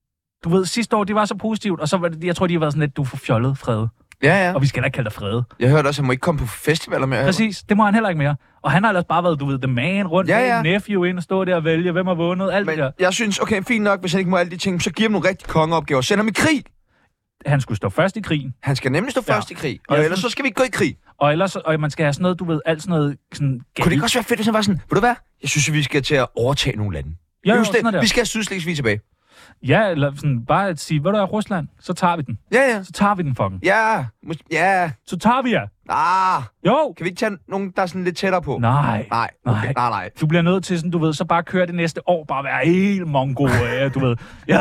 Du ved, sidste år, det var så positivt, og så var det, jeg tror, de har været sådan lidt, du er for fjollet, Frede. Ja, ja. Og vi skal da ikke kalde dig Frede. Jeg hørte også, at han må ikke komme på festivaler mere. Præcis, det må han heller ikke mere. Og han har ellers bare været, du ved, the man rundt Ja, med ja. en nephew ind og stå der og vælge, hvem har vundet, alt Men det der. jeg synes, okay, fint nok, hvis han ikke må alle de ting, så giver ham nogle rigtige kongeopgaver. Send ham i krig! Han skulle stå først i krigen. Han skal nemlig stå Ja. først i krig. Og Jeg ellers synes- så skal vi ikke gå i krig. Og ellers, og man skal have sådan noget, du ved, alt sådan noget, sådan... Kunne det ikke også være fedt, hvis han var sådan, ved du hvad? Jeg synes, at vi skal til at overtage nogle lande. Ja, jo, Husk sådan er det. det. Vi skal have Sydslesvig tilbage. Ja, eller sådan bare at sige, hvad der er Rusland, så tager vi den. Ja, ja. Så tager vi den fucking. Ja, mås- ja. Så tager vi jer. Ah, Jo. kan vi ikke tage nogen, der er sådan lidt tættere på? Nej. Nej, okay. Nej. nej, nej. Du bliver nødt til sådan, du ved, så bare køre det næste år, bare være helt mongo, ja, du ved. Ja.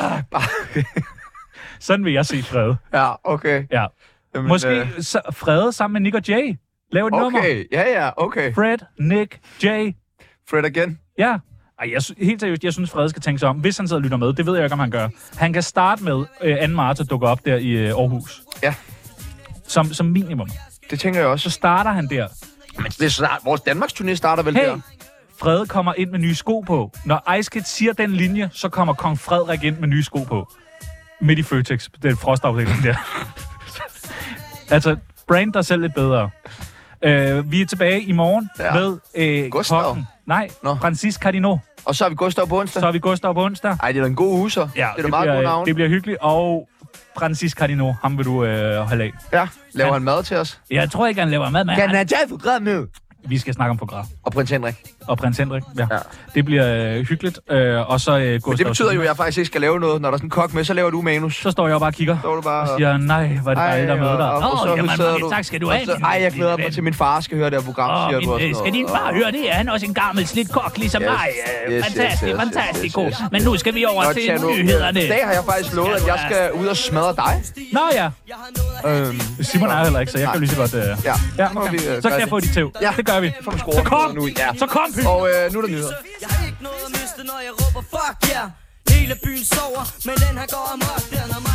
Sådan vil jeg se Frede. Ja, okay. Ja. Jamen, Måske øh, så Frede sammen med Nick og Jay. Lav et nummer. Okay, ja, ja, okay. Fred, Nick, Jay. Fred again. Ja. Ej, jeg, sy- helt seriøst, jeg synes, Frede skal tænke sig om. Hvis han sidder og lytter med, det ved jeg ikke, om han gør. Han kan starte med øh, anden marts at dukke op der i øh, Aarhus. Ja. Som, som minimum. Det tænker jeg også. Så starter han der. Men det er snart, vores Danmarks turné starter vel Hey, der? Frede kommer ind med nye sko på. Når Ice Kid siger den linje, så kommer Kong Frederik ind med nye sko på. Midt i Føtex, den frostafdeling der. Altså, brand dig selv lidt bedre. Uh, vi er tilbage i morgen Ja. med uh, Gustav. kokken. Nej, Nå. Francis Cardinaux. Og så har vi Gustav på onsdag. Så er vi Gustav på onsdag. Ej, det er da en god uge, så. Ja, det er da meget bliver, god navn. det bliver hyggeligt. Og Francis Cardinaux, ham vil du uh, holde af. Ja, laver Han- han mad til os? Jeg tror ikke, han laver mad, men Kan han, han tage programmet? vi skal snakke om program. Og prins Henrik. Og prins Henrik, ja. Ja. Det bliver øh, hyggeligt. Øh, og så øh, Gustav. Men det betyder jo, at jeg faktisk ikke skal lave noget. Når der er sådan en kok med, så laver du manus. Så står jeg jo bare og kigger. Så er du bare... Og siger, nej, hvor er det dejligt, der er med dig. og, og, så Åh, jamen, sidder mange tak skal du have. og så, min- Ej, jeg glæder min mig ven. til, min far skal høre det her program, Åh, siger min, du også øh, skal din noget. far høre det? Han er også en gammel slidt kok, ligesom Yes, mig. Øh, yes, fantastisk, yes, yes, fantastisk yes, god. yes. Men nu skal vi over Nå, til Tjano, nyhederne. I dag har jeg faktisk lovet, at jeg skal ud og smadre dig. Nå ja, Øhm, Simon er heller ikke, så jeg kan jo lige så godt... Øh... ja, Ja, må okay. vi, øh, Så gøre kan jeg det. få de tæv. Ja. Det gør vi. får vi scoret Så kom! nu. Ja. Så kom, Py! Og øh, nu er der nyheder. Jeg har ikke noget at miste, når jeg råber fuck yeah. Hele byen sover, men den her går amok, der når mig